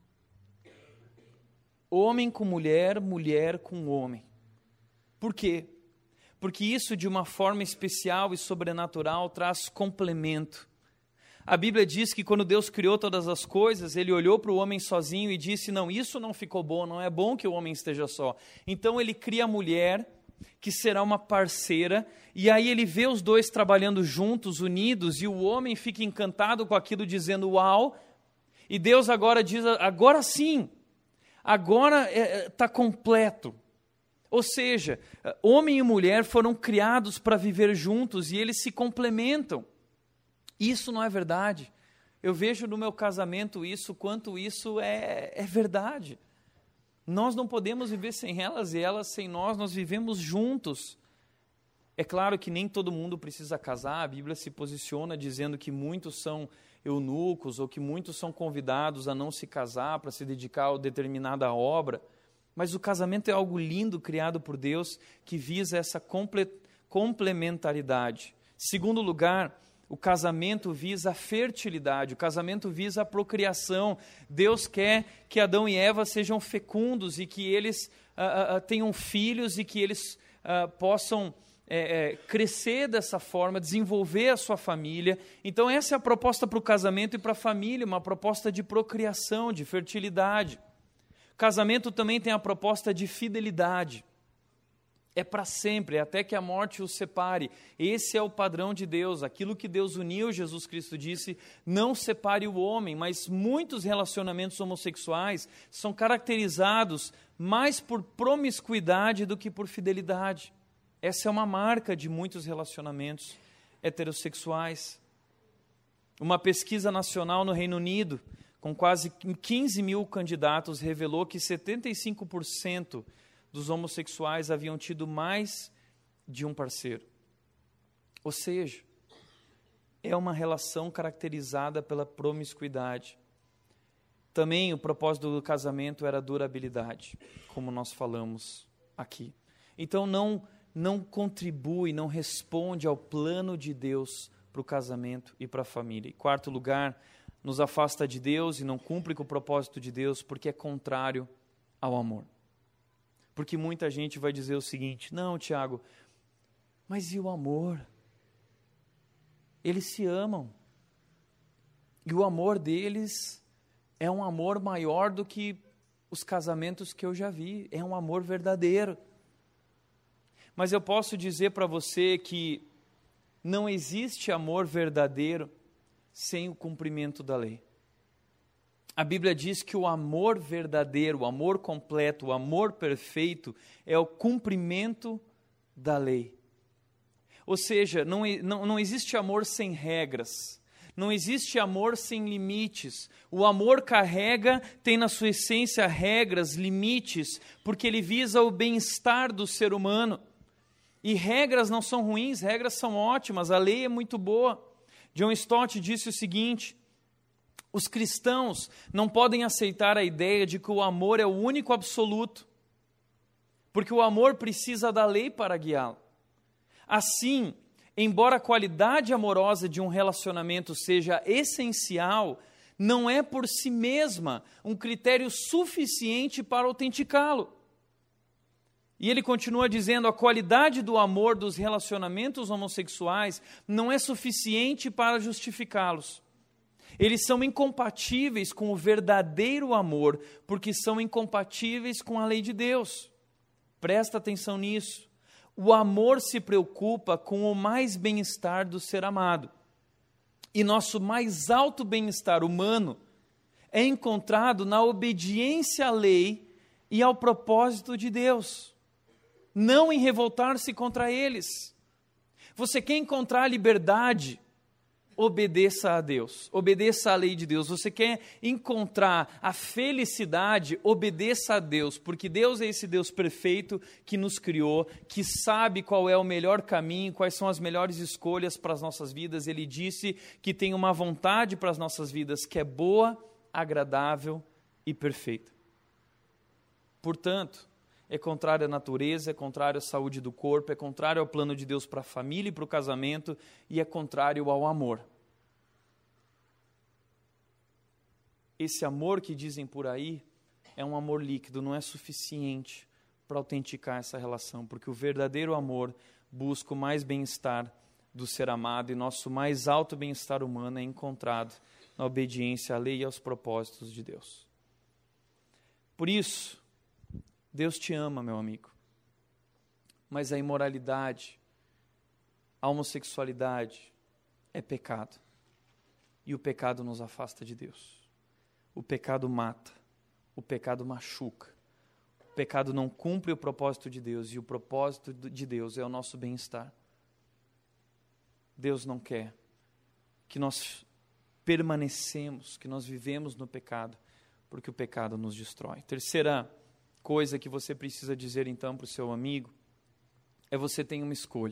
Homem com mulher, mulher com homem. Por quê? Porque isso, de uma forma especial e sobrenatural, traz complemento. A Bíblia diz que quando Deus criou todas as coisas, Ele olhou para o homem sozinho e disse: não, isso não ficou bom, não é bom que o homem esteja só. Então Ele cria a mulher, que será uma parceira, e aí Ele vê os dois trabalhando juntos, unidos, e o homem fica encantado com aquilo, dizendo: uau! E Deus agora diz: agora sim, agora está completo. Ou seja, homem e mulher foram criados para viver juntos e eles se complementam. Isso não é verdade. Eu vejo no meu casamento isso, quanto isso é verdade. Nós não podemos viver sem elas e elas sem nós, nós vivemos juntos. É claro que nem todo mundo precisa casar, a Bíblia se posiciona dizendo que muitos são eunucos ou que muitos são convidados a não se casar para se dedicar a determinada obra. Mas o casamento é algo lindo criado por Deus que visa essa complementaridade. Segundo lugar, o casamento visa a fertilidade, o casamento visa a procriação. Deus quer que Adão e Eva sejam fecundos e que eles tenham filhos e que eles possam crescer dessa forma, desenvolver a sua família. Então essa é a proposta para o casamento e para a família, uma proposta de procriação, de fertilidade. Casamento também tem a proposta de fidelidade. É para sempre, até que a morte os separe. Esse é o padrão de Deus. Aquilo que Deus uniu, Jesus Cristo disse, não separe o homem. Mas muitos relacionamentos homossexuais são caracterizados mais por promiscuidade do que por fidelidade. Essa é uma marca de muitos relacionamentos heterossexuais. Uma pesquisa nacional no Reino Unido, com quase 15 mil candidatos, revelou que 75% dos homossexuais haviam tido mais de um parceiro. Ou seja, é uma relação caracterizada pela promiscuidade. Também o propósito do casamento era a durabilidade, como nós falamos aqui. Então não não contribui, não responde ao plano de Deus para o casamento e para a família. Em quarto lugar, nos afasta de Deus e não cumpre com o propósito de Deus porque é contrário ao amor. Porque muita gente vai dizer o seguinte: não, Tiago, mas e o amor? Eles se amam. E o amor deles é um amor maior do que os casamentos que eu já vi. É um amor verdadeiro. Mas eu posso dizer para você que não existe amor verdadeiro sem o cumprimento da lei. A Bíblia diz que o amor verdadeiro, o amor completo, o amor perfeito é o cumprimento da lei. Ou seja, não existe amor sem regras, não existe amor sem limites. O amor carrega, tem na sua essência regras, limites, porque ele visa o bem-estar do ser humano. E regras não são ruins, regras são ótimas, a lei é muito boa. John Stott disse o seguinte: os cristãos não podem aceitar a ideia de que o amor é o único absoluto, porque o amor precisa da lei para guiá-lo. Assim, embora a qualidade amorosa de um relacionamento seja essencial, não é por si mesma um critério suficiente para autenticá-lo. E ele continua dizendo: a qualidade do amor dos relacionamentos homossexuais não é suficiente para justificá-los. Eles são incompatíveis com o verdadeiro amor, porque são incompatíveis com a lei de Deus. Presta atenção nisso. O amor se preocupa com o mais bem-estar do ser amado. E nosso mais alto bem-estar humano é encontrado na obediência à lei e ao propósito de Deus, não em revoltar-se contra eles. Você quer encontrar liberdade? Obedeça a Deus, obedeça à lei de Deus. Você quer encontrar a felicidade? Obedeça a Deus, porque Deus é esse Deus perfeito que nos criou, que sabe qual é o melhor caminho, quais são as melhores escolhas para as nossas vidas. Ele disse que tem uma vontade para as nossas vidas que é boa, agradável e perfeita. Portanto, é contrário à natureza, é contrário à saúde do corpo, é contrário ao plano de Deus para a família e para o casamento, e é contrário ao amor. Esse amor que dizem por aí é um amor líquido, não é suficiente para autenticar essa relação, porque o verdadeiro amor busca o mais bem-estar do ser amado, e nosso mais alto bem-estar humano é encontrado na obediência à lei e aos propósitos de Deus. Por isso, Deus te ama, meu amigo, mas a imoralidade, a homossexualidade é pecado, e o pecado nos afasta de Deus. O pecado mata, o pecado machuca, o pecado não cumpre o propósito de Deus, e o propósito de Deus é o nosso bem-estar. Deus não quer que nós permanecemos, que nós vivemos no pecado, porque o pecado nos destrói. Terceira coisa que você precisa dizer então para o seu amigo é: você tem uma escolha.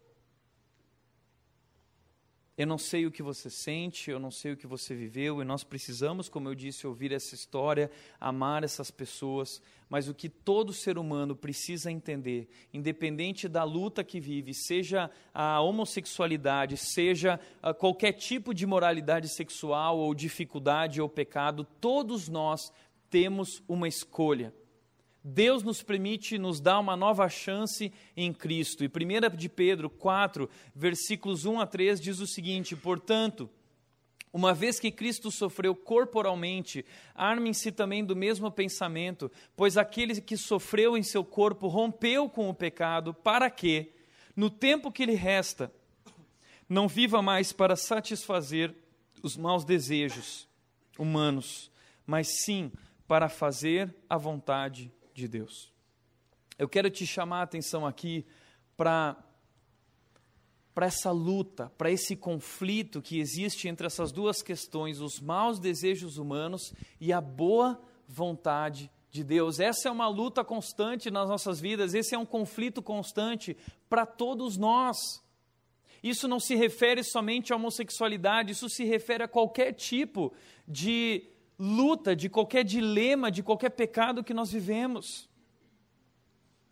Eu não sei o que você sente, eu não sei o que você viveu, e nós precisamos, como eu disse, ouvir essa história, amar essas pessoas, mas o que todo ser humano precisa entender, independente da luta que vive, seja a homossexualidade, seja qualquer tipo de moralidade sexual ou dificuldade ou pecado, todos nós temos uma escolha. Deus nos permite, nos dá uma nova chance em Cristo. E 1 de Pedro 4, versículos 1 a 3 diz o seguinte: portanto, uma vez que Cristo sofreu corporalmente, armem-se também do mesmo pensamento, pois aquele que sofreu em seu corpo rompeu com o pecado, para que, no tempo que lhe resta, não viva mais para satisfazer os maus desejos humanos, mas sim para fazer a vontade de Deus. Eu quero te chamar a atenção aqui para essa luta, para esse conflito que existe entre essas duas questões, os maus desejos humanos e a boa vontade de Deus. Essa é uma luta constante nas nossas vidas, esse é um conflito constante para todos nós. Isso não se refere somente à homossexualidade, isso se refere a qualquer tipo de luta, de qualquer dilema, de qualquer pecado que nós vivemos.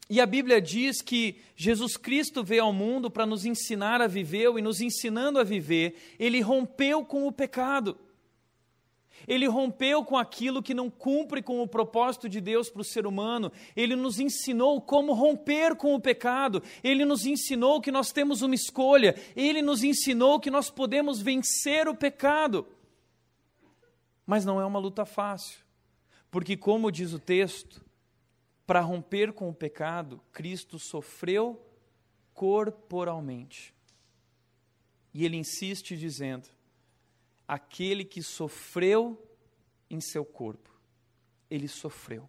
E a Bíblia diz que Jesus Cristo veio ao mundo para nos ensinar a viver, e nos ensinando a viver, Ele rompeu com o pecado. Ele rompeu com aquilo que não cumpre com o propósito de Deus para o ser humano. Ele nos ensinou como romper com o pecado. Ele nos ensinou que nós temos uma escolha. Ele nos ensinou que nós podemos vencer o pecado. Mas não é uma luta fácil, porque, como diz o texto, para romper com o pecado, Cristo sofreu corporalmente. E ele insiste dizendo: aquele que sofreu em seu corpo, ele sofreu.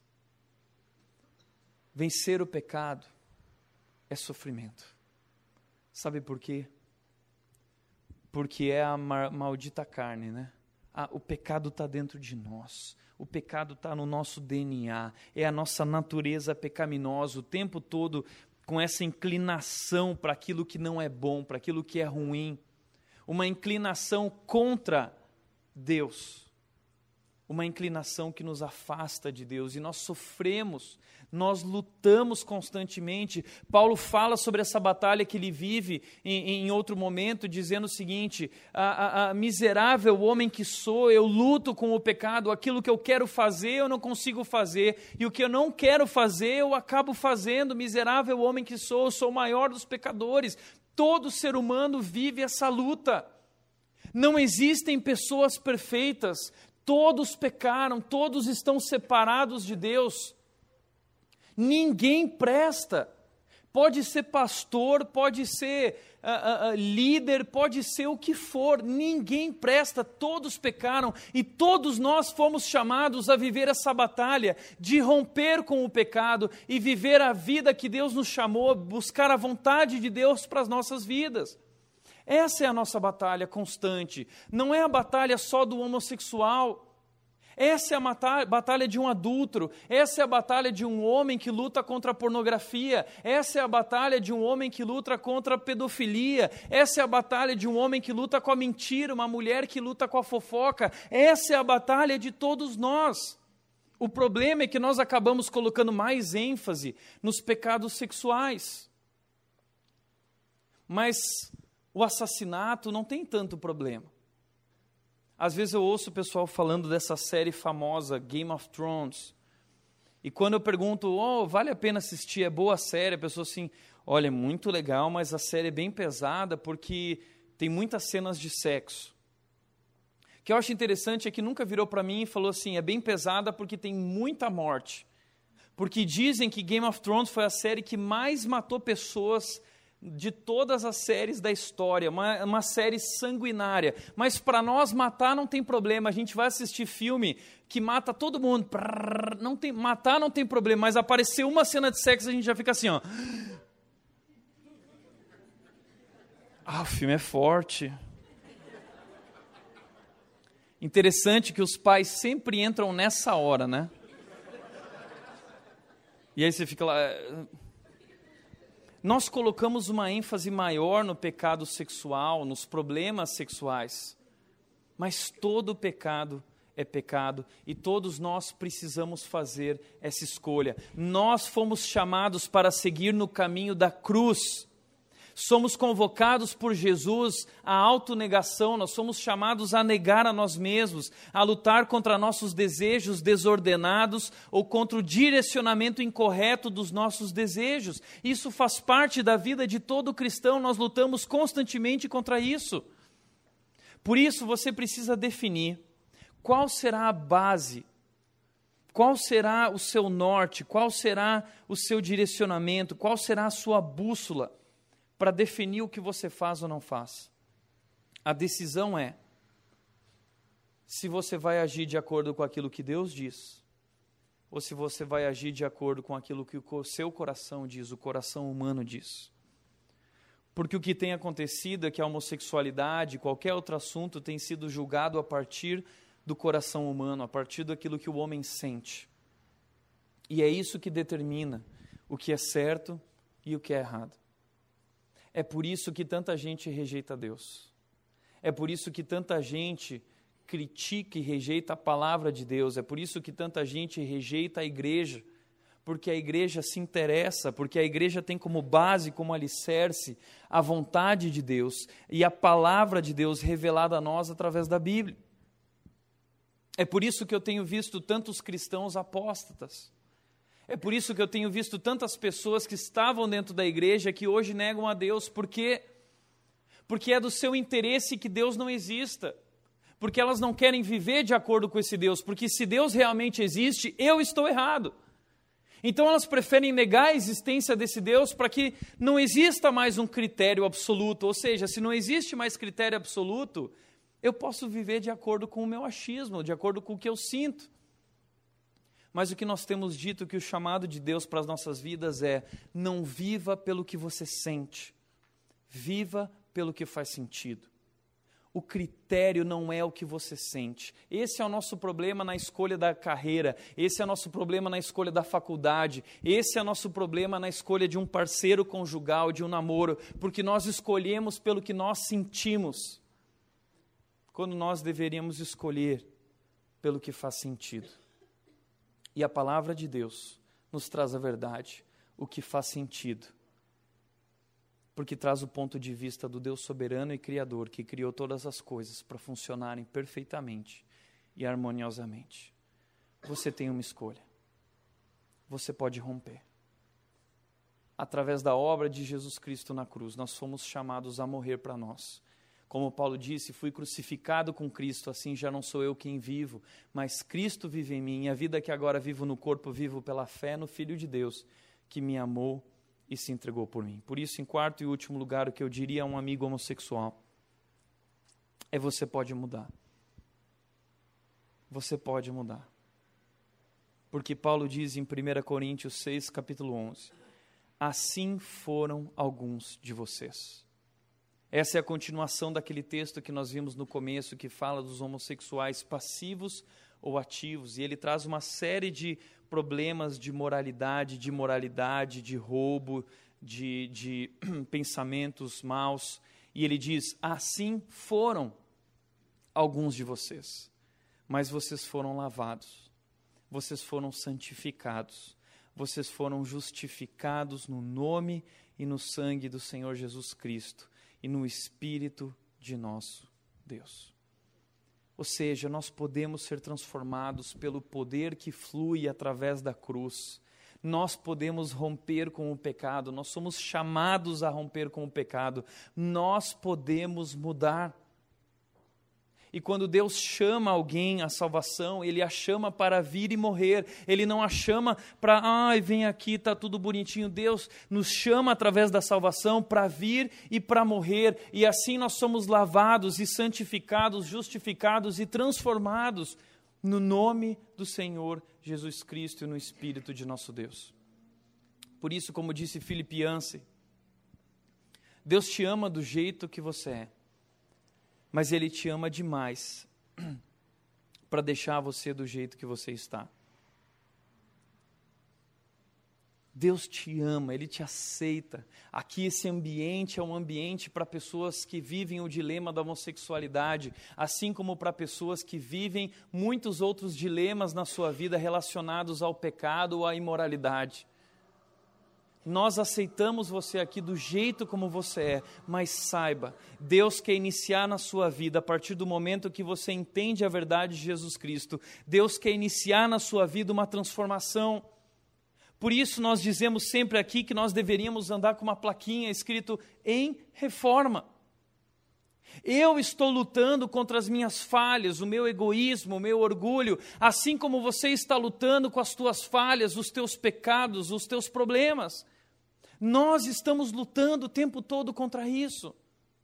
Vencer o pecado é sofrimento. Sabe por quê? Porque é a maldita carne, né? O pecado está dentro de nós. O pecado está no nosso DNA, é a nossa natureza pecaminosa, o tempo todo com essa inclinação para aquilo que não é bom, para aquilo que é ruim, uma inclinação contra Deus, uma inclinação que nos afasta de Deus, e nós sofremos, nós lutamos constantemente. Paulo fala sobre essa batalha que ele vive em outro momento, dizendo o seguinte: a miserável homem que sou, eu luto com o pecado, aquilo que eu quero fazer eu não consigo fazer, e o que eu não quero fazer eu acabo fazendo. Miserável homem que sou, eu sou o maior dos pecadores. Todo ser humano vive essa luta. Não existem pessoas perfeitas, todos pecaram, todos estão separados de Deus. Ninguém presta. Pode ser pastor, pode ser líder, pode ser o que for, ninguém presta, todos pecaram, e todos nós fomos chamados a viver essa batalha de romper com o pecado e viver a vida que Deus nos chamou, buscar a vontade de Deus para as nossas vidas. Essa é a nossa batalha constante. Não é a batalha só do homossexual. Essa é a batalha de um adúltero, essa é a batalha de um homem que luta contra a pornografia, essa é a batalha de um homem que luta contra a pedofilia, essa é a batalha de um homem que luta com a mentira, uma mulher que luta com a fofoca, essa é a batalha de todos nós. O problema é que nós acabamos colocando mais ênfase nos pecados sexuais. Mas o assassinato não tem tanto problema. Às vezes eu ouço o pessoal falando dessa série famosa, Game of Thrones, e quando eu pergunto, vale a pena assistir, é boa a série? A pessoa assim, olha, é muito legal, mas a série é bem pesada porque tem muitas cenas de sexo. O que eu acho interessante é que nunca virou para mim e falou assim, é bem pesada porque tem muita morte. Porque dizem que Game of Thrones foi a série que mais matou pessoas de todas as séries da história, uma série sanguinária, mas para nós matar não tem problema, a gente vai assistir filme que mata todo mundo, matar não tem problema, mas aparecer uma cena de sexo a gente já fica assim, o filme é forte. Interessante que os pais sempre entram nessa hora, né? E aí você fica lá... Nós colocamos uma ênfase maior no pecado sexual, nos problemas sexuais, mas todo pecado é pecado e todos nós precisamos fazer essa escolha. Nós fomos chamados para seguir no caminho da cruz. Somos convocados por Jesus à autonegação, nós somos chamados a negar a nós mesmos, a lutar contra nossos desejos desordenados ou contra o direcionamento incorreto dos nossos desejos. Isso faz parte da vida de todo cristão, nós lutamos constantemente contra isso. Por isso você precisa definir qual será a base, qual será o seu norte, qual será o seu direcionamento, qual será a sua bússola, para definir o que você faz ou não faz. A decisão é se você vai agir de acordo com aquilo que Deus diz, ou se você vai agir de acordo com aquilo que o seu coração diz, o coração humano diz. Porque o que tem acontecido é que a homossexualidade, qualquer outro assunto, tem sido julgado a partir do coração humano, a partir daquilo que o homem sente. E é isso que determina o que é certo e o que é errado. É por isso que tanta gente rejeita Deus. É por isso que tanta gente critica e rejeita a palavra de Deus. É por isso que tanta gente rejeita a igreja. porque a igreja se interessa, porque a igreja tem como base, como alicerce, a vontade de Deus e a palavra de Deus revelada a nós através da Bíblia. É por isso que eu tenho visto tantos cristãos apóstatas. É por isso que eu tenho visto tantas pessoas que estavam dentro da igreja que hoje negam a Deus. Por quê? Porque é do seu interesse que Deus não exista. Porque elas não querem viver de acordo com esse Deus. Porque se Deus realmente existe, eu estou errado. Então elas preferem negar a existência desse Deus para que não exista mais um critério absoluto. Ou seja, se não existe mais critério absoluto, eu posso viver de acordo com o meu achismo, de acordo com o que eu sinto. Mas o que nós temos dito, que o chamado de Deus para as nossas vidas é: não viva pelo que você sente, viva pelo que faz sentido. O critério não é o que você sente. Esse é o nosso problema na escolha da carreira, esse é o nosso problema na escolha da faculdade, esse é o nosso problema na escolha de um parceiro conjugal, de um namoro, porque nós escolhemos pelo que nós sentimos, quando nós deveríamos escolher pelo que faz sentido. E a palavra de Deus nos traz a verdade, o que faz sentido, porque traz o ponto de vista do Deus soberano e criador, que criou todas as coisas para funcionarem perfeitamente e harmoniosamente. Você tem uma escolha. Você pode romper. Através da obra de Jesus Cristo na cruz, nós fomos chamados a morrer para nós. Como Paulo disse, fui crucificado com Cristo, assim já não sou eu quem vivo, mas Cristo vive em mim, e a vida que agora vivo no corpo, vivo pela fé no Filho de Deus, que me amou e se entregou por mim. Por isso, em quarto e último lugar, o que eu diria a um amigo homossexual é: você pode mudar. Você pode mudar. Porque Paulo diz em 1 Coríntios 6, capítulo 11, assim foram alguns de vocês. Essa é a continuação daquele texto que nós vimos no começo, que fala dos homossexuais passivos ou ativos, e ele traz uma série de problemas de moralidade, de roubo, de pensamentos maus, e ele diz: assim foram alguns de vocês, mas vocês foram lavados, vocês foram santificados, vocês foram justificados no nome e no sangue do Senhor Jesus Cristo, e no Espírito de nosso Deus. Ou seja, nós podemos ser transformados pelo poder que flui através da cruz. Nós podemos romper com o pecado, nós somos chamados a romper com o pecado. Nós podemos mudar. E quando Deus chama alguém à salvação, Ele a chama para vir e morrer. Ele não a chama para, vem aqui, está tudo bonitinho. Deus nos chama através da salvação para vir e para morrer. E assim nós somos lavados e santificados, justificados e transformados no nome do Senhor Jesus Cristo e no Espírito de nosso Deus. Por isso, como disse Philip Yancey, Deus te ama do jeito que você é. Mas Ele te ama demais para deixar você do jeito que você está. Deus te ama, Ele te aceita. Aqui esse ambiente é um ambiente para pessoas que vivem o dilema da homossexualidade, assim como para pessoas que vivem muitos outros dilemas na sua vida relacionados ao pecado ou à imoralidade. Nós aceitamos você aqui do jeito como você é, mas saiba, Deus quer iniciar na sua vida, a partir do momento que você entende a verdade de Jesus Cristo, Deus quer iniciar na sua vida uma transformação. Por isso nós dizemos sempre aqui que nós deveríamos andar com uma plaquinha escrito em reforma. Eu estou lutando contra as minhas falhas, o meu egoísmo, o meu orgulho, assim como você está lutando com as tuas falhas, os teus pecados, os teus problemas. Nós estamos lutando o tempo todo contra isso.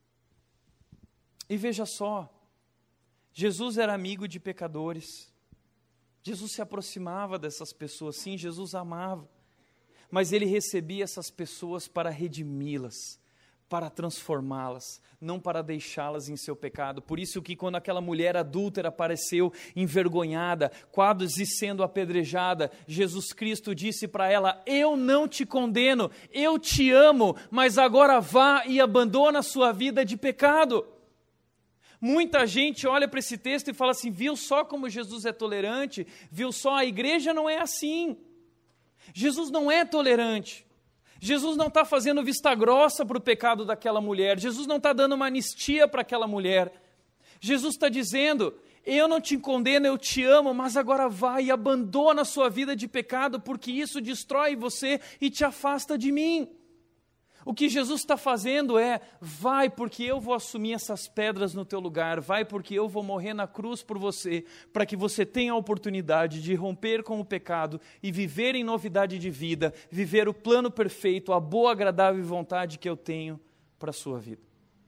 E veja só, Jesus era amigo de pecadores. Jesus se aproximava dessas pessoas, sim, Jesus amava. Mas Ele recebia essas pessoas para redimi-las, para transformá-las, não para deixá-las em seu pecado. Por isso que quando aquela mulher adúltera apareceu envergonhada, quase sendo apedrejada, Jesus Cristo disse para ela: eu não te condeno, eu te amo, mas agora vá e abandona a sua vida de pecado. Muita gente olha para esse texto e fala assim: viu só como Jesus é tolerante? Viu só, a igreja não é assim. Jesus não é tolerante. Jesus não está fazendo vista grossa para o pecado daquela mulher. Jesus não está dando uma anistia para aquela mulher. Jesus está dizendo: eu não te condeno, eu te amo, mas agora vai e abandona a sua vida de pecado, porque isso destrói você e te afasta de mim. O que Jesus está fazendo é: vai, porque eu vou assumir essas pedras no teu lugar, vai, porque eu vou morrer na cruz por você, para que você tenha a oportunidade de romper com o pecado e viver em novidade de vida, viver o plano perfeito, a boa, agradável vontade que eu tenho para a sua vida.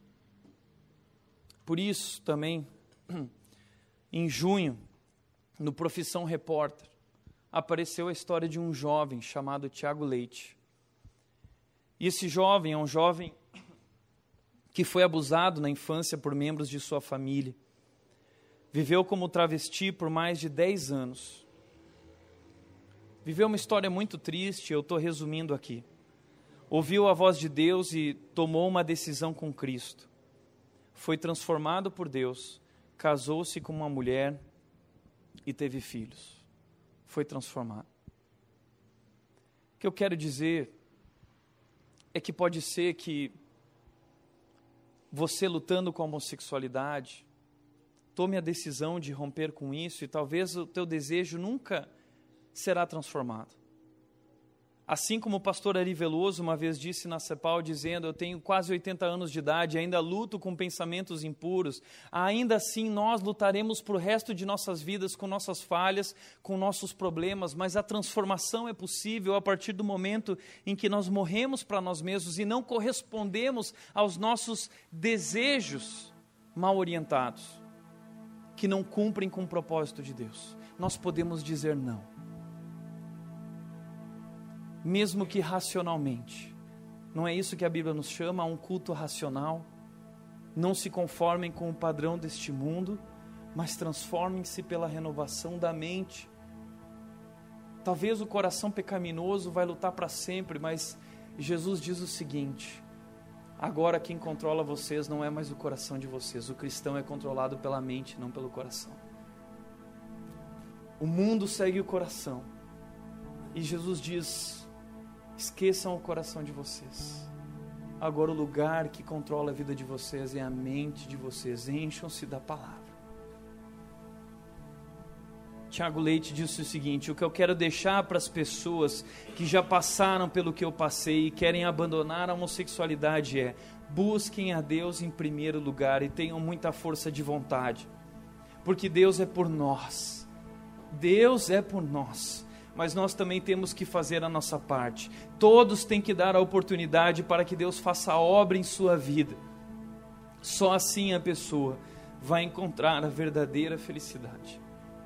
Por isso também, em junho, no Profissão Repórter, apareceu a história de um jovem chamado Tiago Leite. E esse jovem é um jovem que foi abusado na infância por membros de sua família. Viveu como travesti por mais de 10 anos. Viveu uma história muito triste, eu estou resumindo aqui. Ouviu a voz de Deus e tomou uma decisão com Cristo. Foi transformado por Deus, casou-se com uma mulher e teve filhos. Foi transformado. O que eu quero dizer é que pode ser que você, lutando com a homossexualidade, tome a decisão de romper com isso e talvez o teu desejo nunca será transformado. Assim como o pastor Ari Veloso uma vez disse na CEPAL, dizendo: eu tenho quase 80 anos de idade, ainda luto com pensamentos impuros, ainda assim nós lutaremos para o resto de nossas vidas com nossas falhas, com nossos problemas, mas a transformação é possível a partir do momento em que nós morremos para nós mesmos e não correspondemos aos nossos desejos mal orientados, que não cumprem com o propósito de Deus. Nós podemos dizer não. Mesmo que racionalmente. Não é isso que a Bíblia nos chama, a um culto racional. Não se conformem com o padrão deste mundo, mas transformem-se pela renovação da mente. Talvez o coração pecaminoso vai lutar para sempre, mas Jesus diz o seguinte: agora quem controla vocês não é mais o coração de vocês, o cristão é controlado pela mente, não pelo coração. O mundo segue o coração, e Jesus diz: esqueçam o coração de vocês. Agora o lugar que controla a vida de vocês é a mente de vocês. Encham-se da palavra. Tiago Leite disse o seguinte: o que eu quero deixar para as pessoas que já passaram pelo que eu passei e querem abandonar a homossexualidade é: busquem a Deus em primeiro lugar e tenham muita força de vontade. Porque Deus é por nós. Deus é por nós. Mas nós também temos que fazer a nossa parte. Todos têm que dar a oportunidade para que Deus faça a obra em sua vida. Só assim a pessoa vai encontrar a verdadeira felicidade.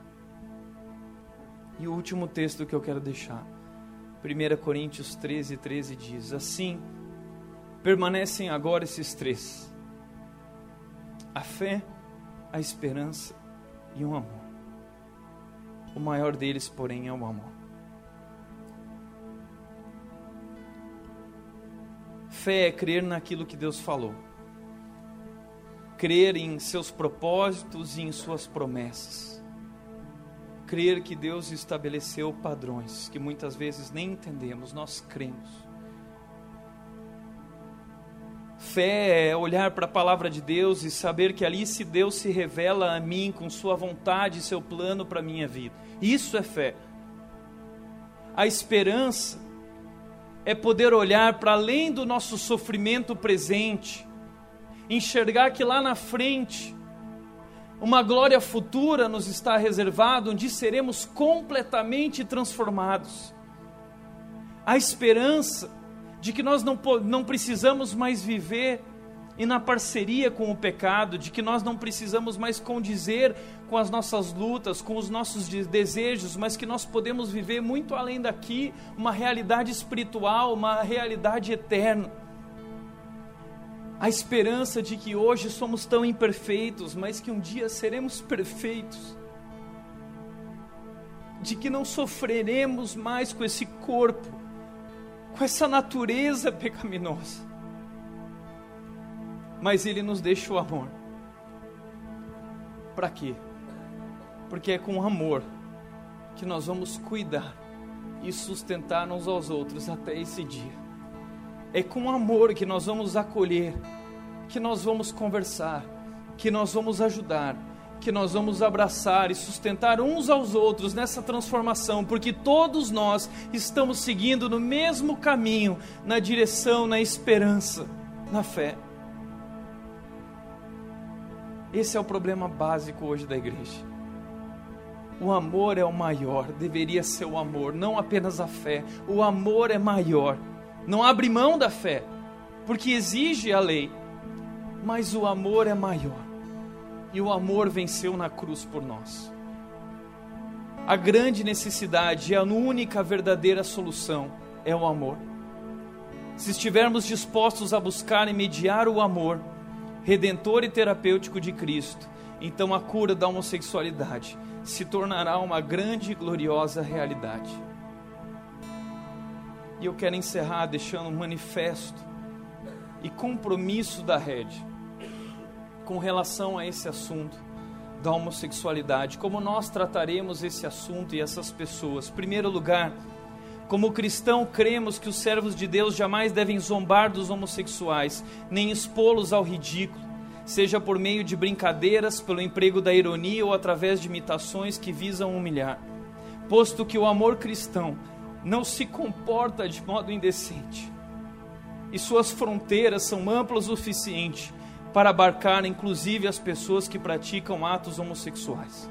E o último texto que eu quero deixar, 1 Coríntios 13:13 diz: assim, permanecem agora esses três: a fé, a esperança e o amor. O maior deles, porém, é o amor. Fé é crer naquilo que Deus falou. Crer em seus propósitos e em suas promessas. Crer que Deus estabeleceu padrões que muitas vezes nem entendemos, nós cremos. Fé é olhar para a palavra de Deus e saber que ali se Deus se revela a mim com sua vontade e seu plano para a minha vida. Isso é fé. A esperança é poder olhar para além do nosso sofrimento presente, enxergar que lá na frente uma glória futura nos está reservada, onde seremos completamente transformados. A esperança de que nós não precisamos mais viver e na parceria com o pecado, de que nós não precisamos mais condizer com as nossas lutas, com os nossos desejos, mas que nós podemos viver muito além daqui, uma realidade espiritual, uma realidade eterna. A esperança de que hoje somos tão imperfeitos, mas que um dia seremos perfeitos, de que não sofreremos mais com esse corpo, com essa natureza pecaminosa, mas Ele nos deixa o amor. Para quê? Porque é com amor que nós vamos cuidar e sustentar uns aos outros até esse dia. É com amor que nós vamos acolher, que nós vamos conversar, que nós vamos ajudar, que nós vamos abraçar e sustentar uns aos outros nessa transformação, porque todos nós estamos seguindo no mesmo caminho, na direção, na esperança, na fé. Esse é o problema básico hoje da igreja. O amor é o maior, deveria ser o amor, não apenas a fé. O amor é maior. Não abre mão da fé, porque exige a lei, mas o amor é maior. E o amor venceu na cruz por nós. A grande necessidade e a única verdadeira solução é o amor. Se estivermos dispostos a buscar e mediar o amor redentor e terapêutico de Cristo, então a cura da homossexualidade se tornará uma grande e gloriosa realidade. E eu quero encerrar deixando um manifesto e compromisso da Rede com relação a esse assunto da homossexualidade, como nós trataremos esse assunto e essas pessoas. Em primeiro lugar, como cristão, cremos que os servos de Deus jamais devem zombar dos homossexuais, nem expô-los ao ridículo, seja por meio de brincadeiras, pelo emprego da ironia ou através de imitações que visam humilhar, posto que o amor cristão não se comporta de modo indecente, e suas fronteiras são amplas o suficiente para abarcar inclusive as pessoas que praticam atos homossexuais.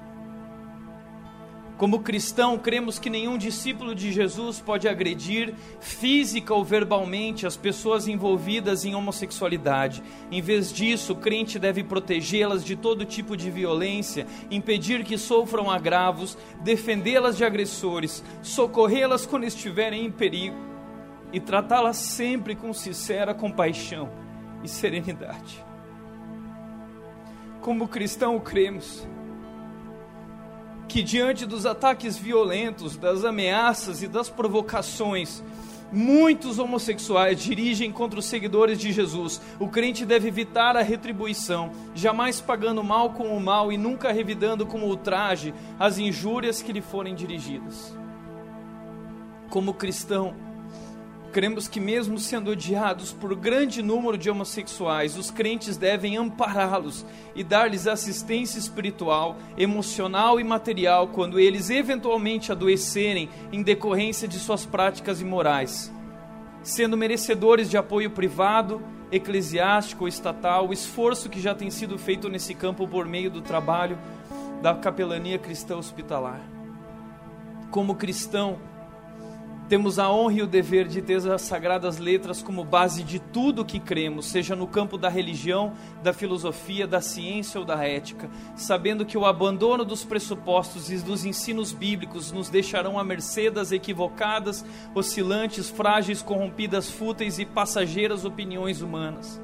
Como cristão, cremos que nenhum discípulo de Jesus pode agredir física ou verbalmente as pessoas envolvidas em homossexualidade. Em vez disso, o crente deve protegê-las de todo tipo de violência, impedir que sofram agravos, defendê-las de agressores, socorrê-las quando estiverem em perigo e tratá-las sempre com sincera compaixão e serenidade. Como cristão, cremos que diante dos ataques violentos, das ameaças e das provocações, muitos homossexuais dirigem contra os seguidores de Jesus. O crente deve evitar a retribuição, jamais pagando mal com o mal e nunca revidando com ultraje as injúrias que lhe forem dirigidas. Como cristão, cremos que mesmo sendo odiados por grande número de homossexuais, os crentes devem ampará-los e dar-lhes assistência espiritual, emocional e material quando eles eventualmente adoecerem em decorrência de suas práticas imorais, sendo merecedores de apoio privado, eclesiástico ou estatal, o esforço que já tem sido feito nesse campo por meio do trabalho da capelania cristã hospitalar. Como cristão, temos a honra e o dever de ter as Sagradas Letras como base de tudo o que cremos, seja no campo da religião, da filosofia, da ciência ou da ética, sabendo que o abandono dos pressupostos e dos ensinos bíblicos nos deixarão à mercê das equivocadas, oscilantes, frágeis, corrompidas, fúteis e passageiras opiniões humanas.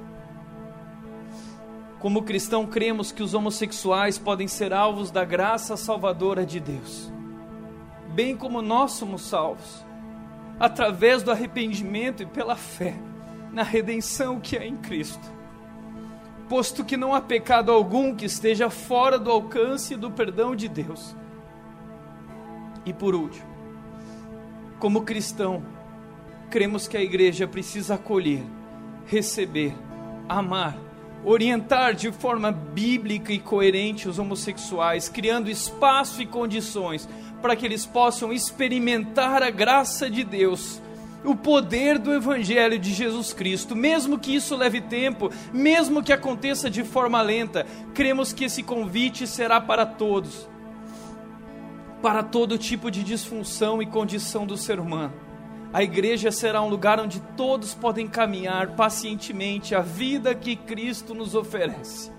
Como cristão, cremos que os homossexuais podem ser alvos da graça salvadora de Deus, bem como nós somos salvos através do arrependimento e pela fé na redenção que é em Cristo, posto que não há pecado algum que esteja fora do alcance do perdão de Deus. E por último, como cristão, cremos que a igreja precisa acolher, receber, amar, orientar de forma bíblica e coerente os homossexuais, criando espaço e condições para que eles possam experimentar a graça de Deus, o poder do Evangelho de Jesus Cristo. Mesmo que isso leve tempo, mesmo que aconteça de forma lenta, cremos que esse convite será para todos, para todo tipo de disfunção e condição do ser humano. A igreja será um lugar onde todos podem caminhar pacientemente a vida que Cristo nos oferece.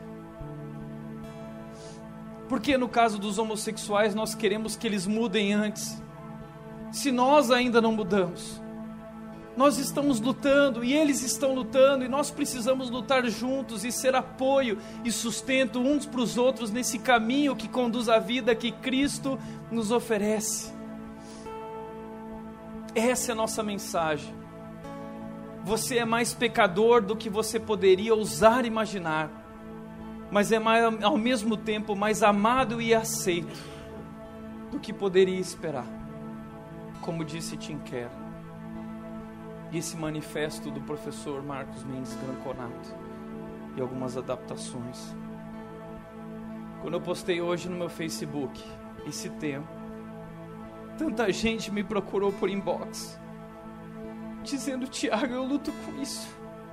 Porque no caso dos homossexuais nós queremos que eles mudem antes. Se nós ainda não mudamos, nós estamos lutando e eles estão lutando, e nós precisamos lutar juntos e ser apoio e sustento uns para os outros nesse caminho que conduz à vida que Cristo nos oferece. Essa é a nossa mensagem. Você é mais pecador do que você poderia ousar imaginar, mas é ao mesmo tempo mais amado e aceito do que poderia esperar. como disse Tim Keller, e esse manifesto do professor Marcos Mendes Granconato e algumas adaptações. Quando eu postei hoje no meu Facebook esse tema, tanta gente me procurou por inbox, dizendo: Tiago, eu luto com isso,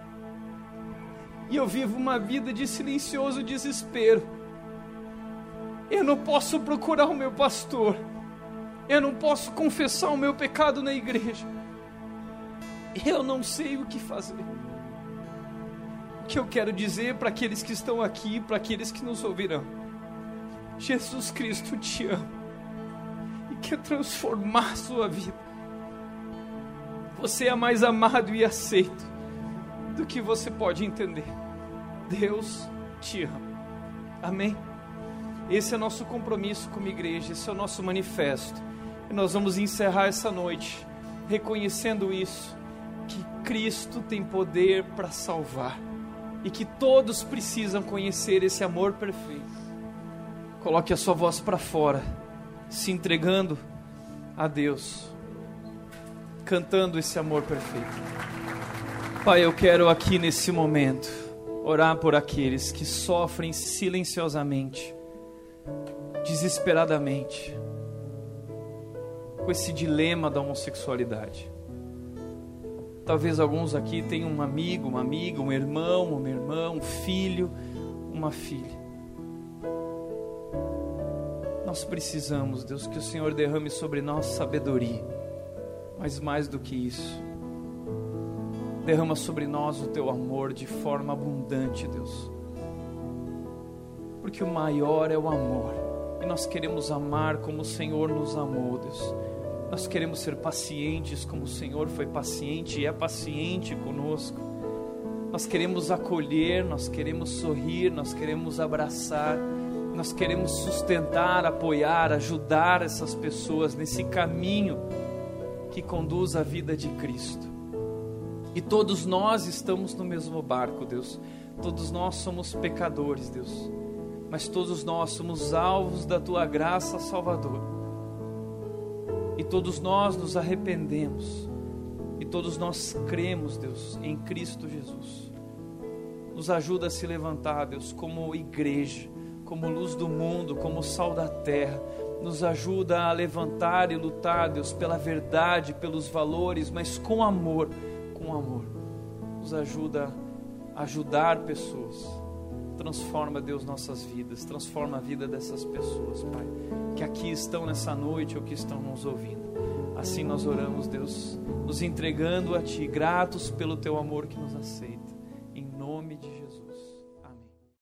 e eu vivo uma vida de silencioso desespero. Eu não posso procurar o meu pastor, eu não posso confessar o meu pecado na igreja, eu não sei o que fazer. O que eu quero dizer para aqueles que estão aqui, para aqueles que nos ouvirão: Jesus Cristo te ama e quer transformar a sua vida. Você é mais amado e aceito do que você pode entender. Deus te ama. Amém? Esse é o nosso compromisso como igreja, esse é o nosso manifesto. E nós vamos encerrar essa noite reconhecendo isso, que Cristo tem poder para salvar e que todos precisam conhecer esse amor perfeito. Coloque a sua voz para fora, se entregando a Deus, cantando esse amor perfeito. Pai, eu quero aqui nesse momento orar por aqueles que sofrem silenciosamente, desesperadamente, com esse dilema da homossexualidade. Talvez alguns aqui tenham um amigo, uma amiga, um irmão, uma irmã, um filho, uma filha. Nós precisamos, Deus, que o Senhor derrame sobre nós sabedoria, mas mais do que isso, derrama sobre nós o Teu amor de forma abundante, Deus, porque o maior é o amor, e nós queremos amar como o Senhor nos amou, Deus. Nós queremos ser pacientes como o Senhor foi paciente e é paciente conosco. Nós queremos acolher, nós queremos sorrir, nós queremos abraçar, nós queremos sustentar, apoiar, ajudar essas pessoas nesse caminho que conduz à vida de Cristo. E todos nós estamos no mesmo barco, Deus. Todos nós somos pecadores, Deus. Mas todos nós somos alvos da Tua graça salvadora. E todos nós nos arrependemos. E todos nós cremos, Deus, em Cristo Jesus. Nos ajuda a se levantar, Deus, como igreja, como luz do mundo, como sal da terra. Nos ajuda a levantar e lutar, Deus, pela verdade, pelos valores, mas com amor, com amor. Nos ajuda a ajudar pessoas. Transforma, Deus, nossas vidas, transforma a vida dessas pessoas, Pai, que aqui estão nessa noite ou que estão nos ouvindo. Assim nós oramos, Deus, nos entregando a Ti, gratos pelo Teu amor que nos aceita. Em nome de Jesus.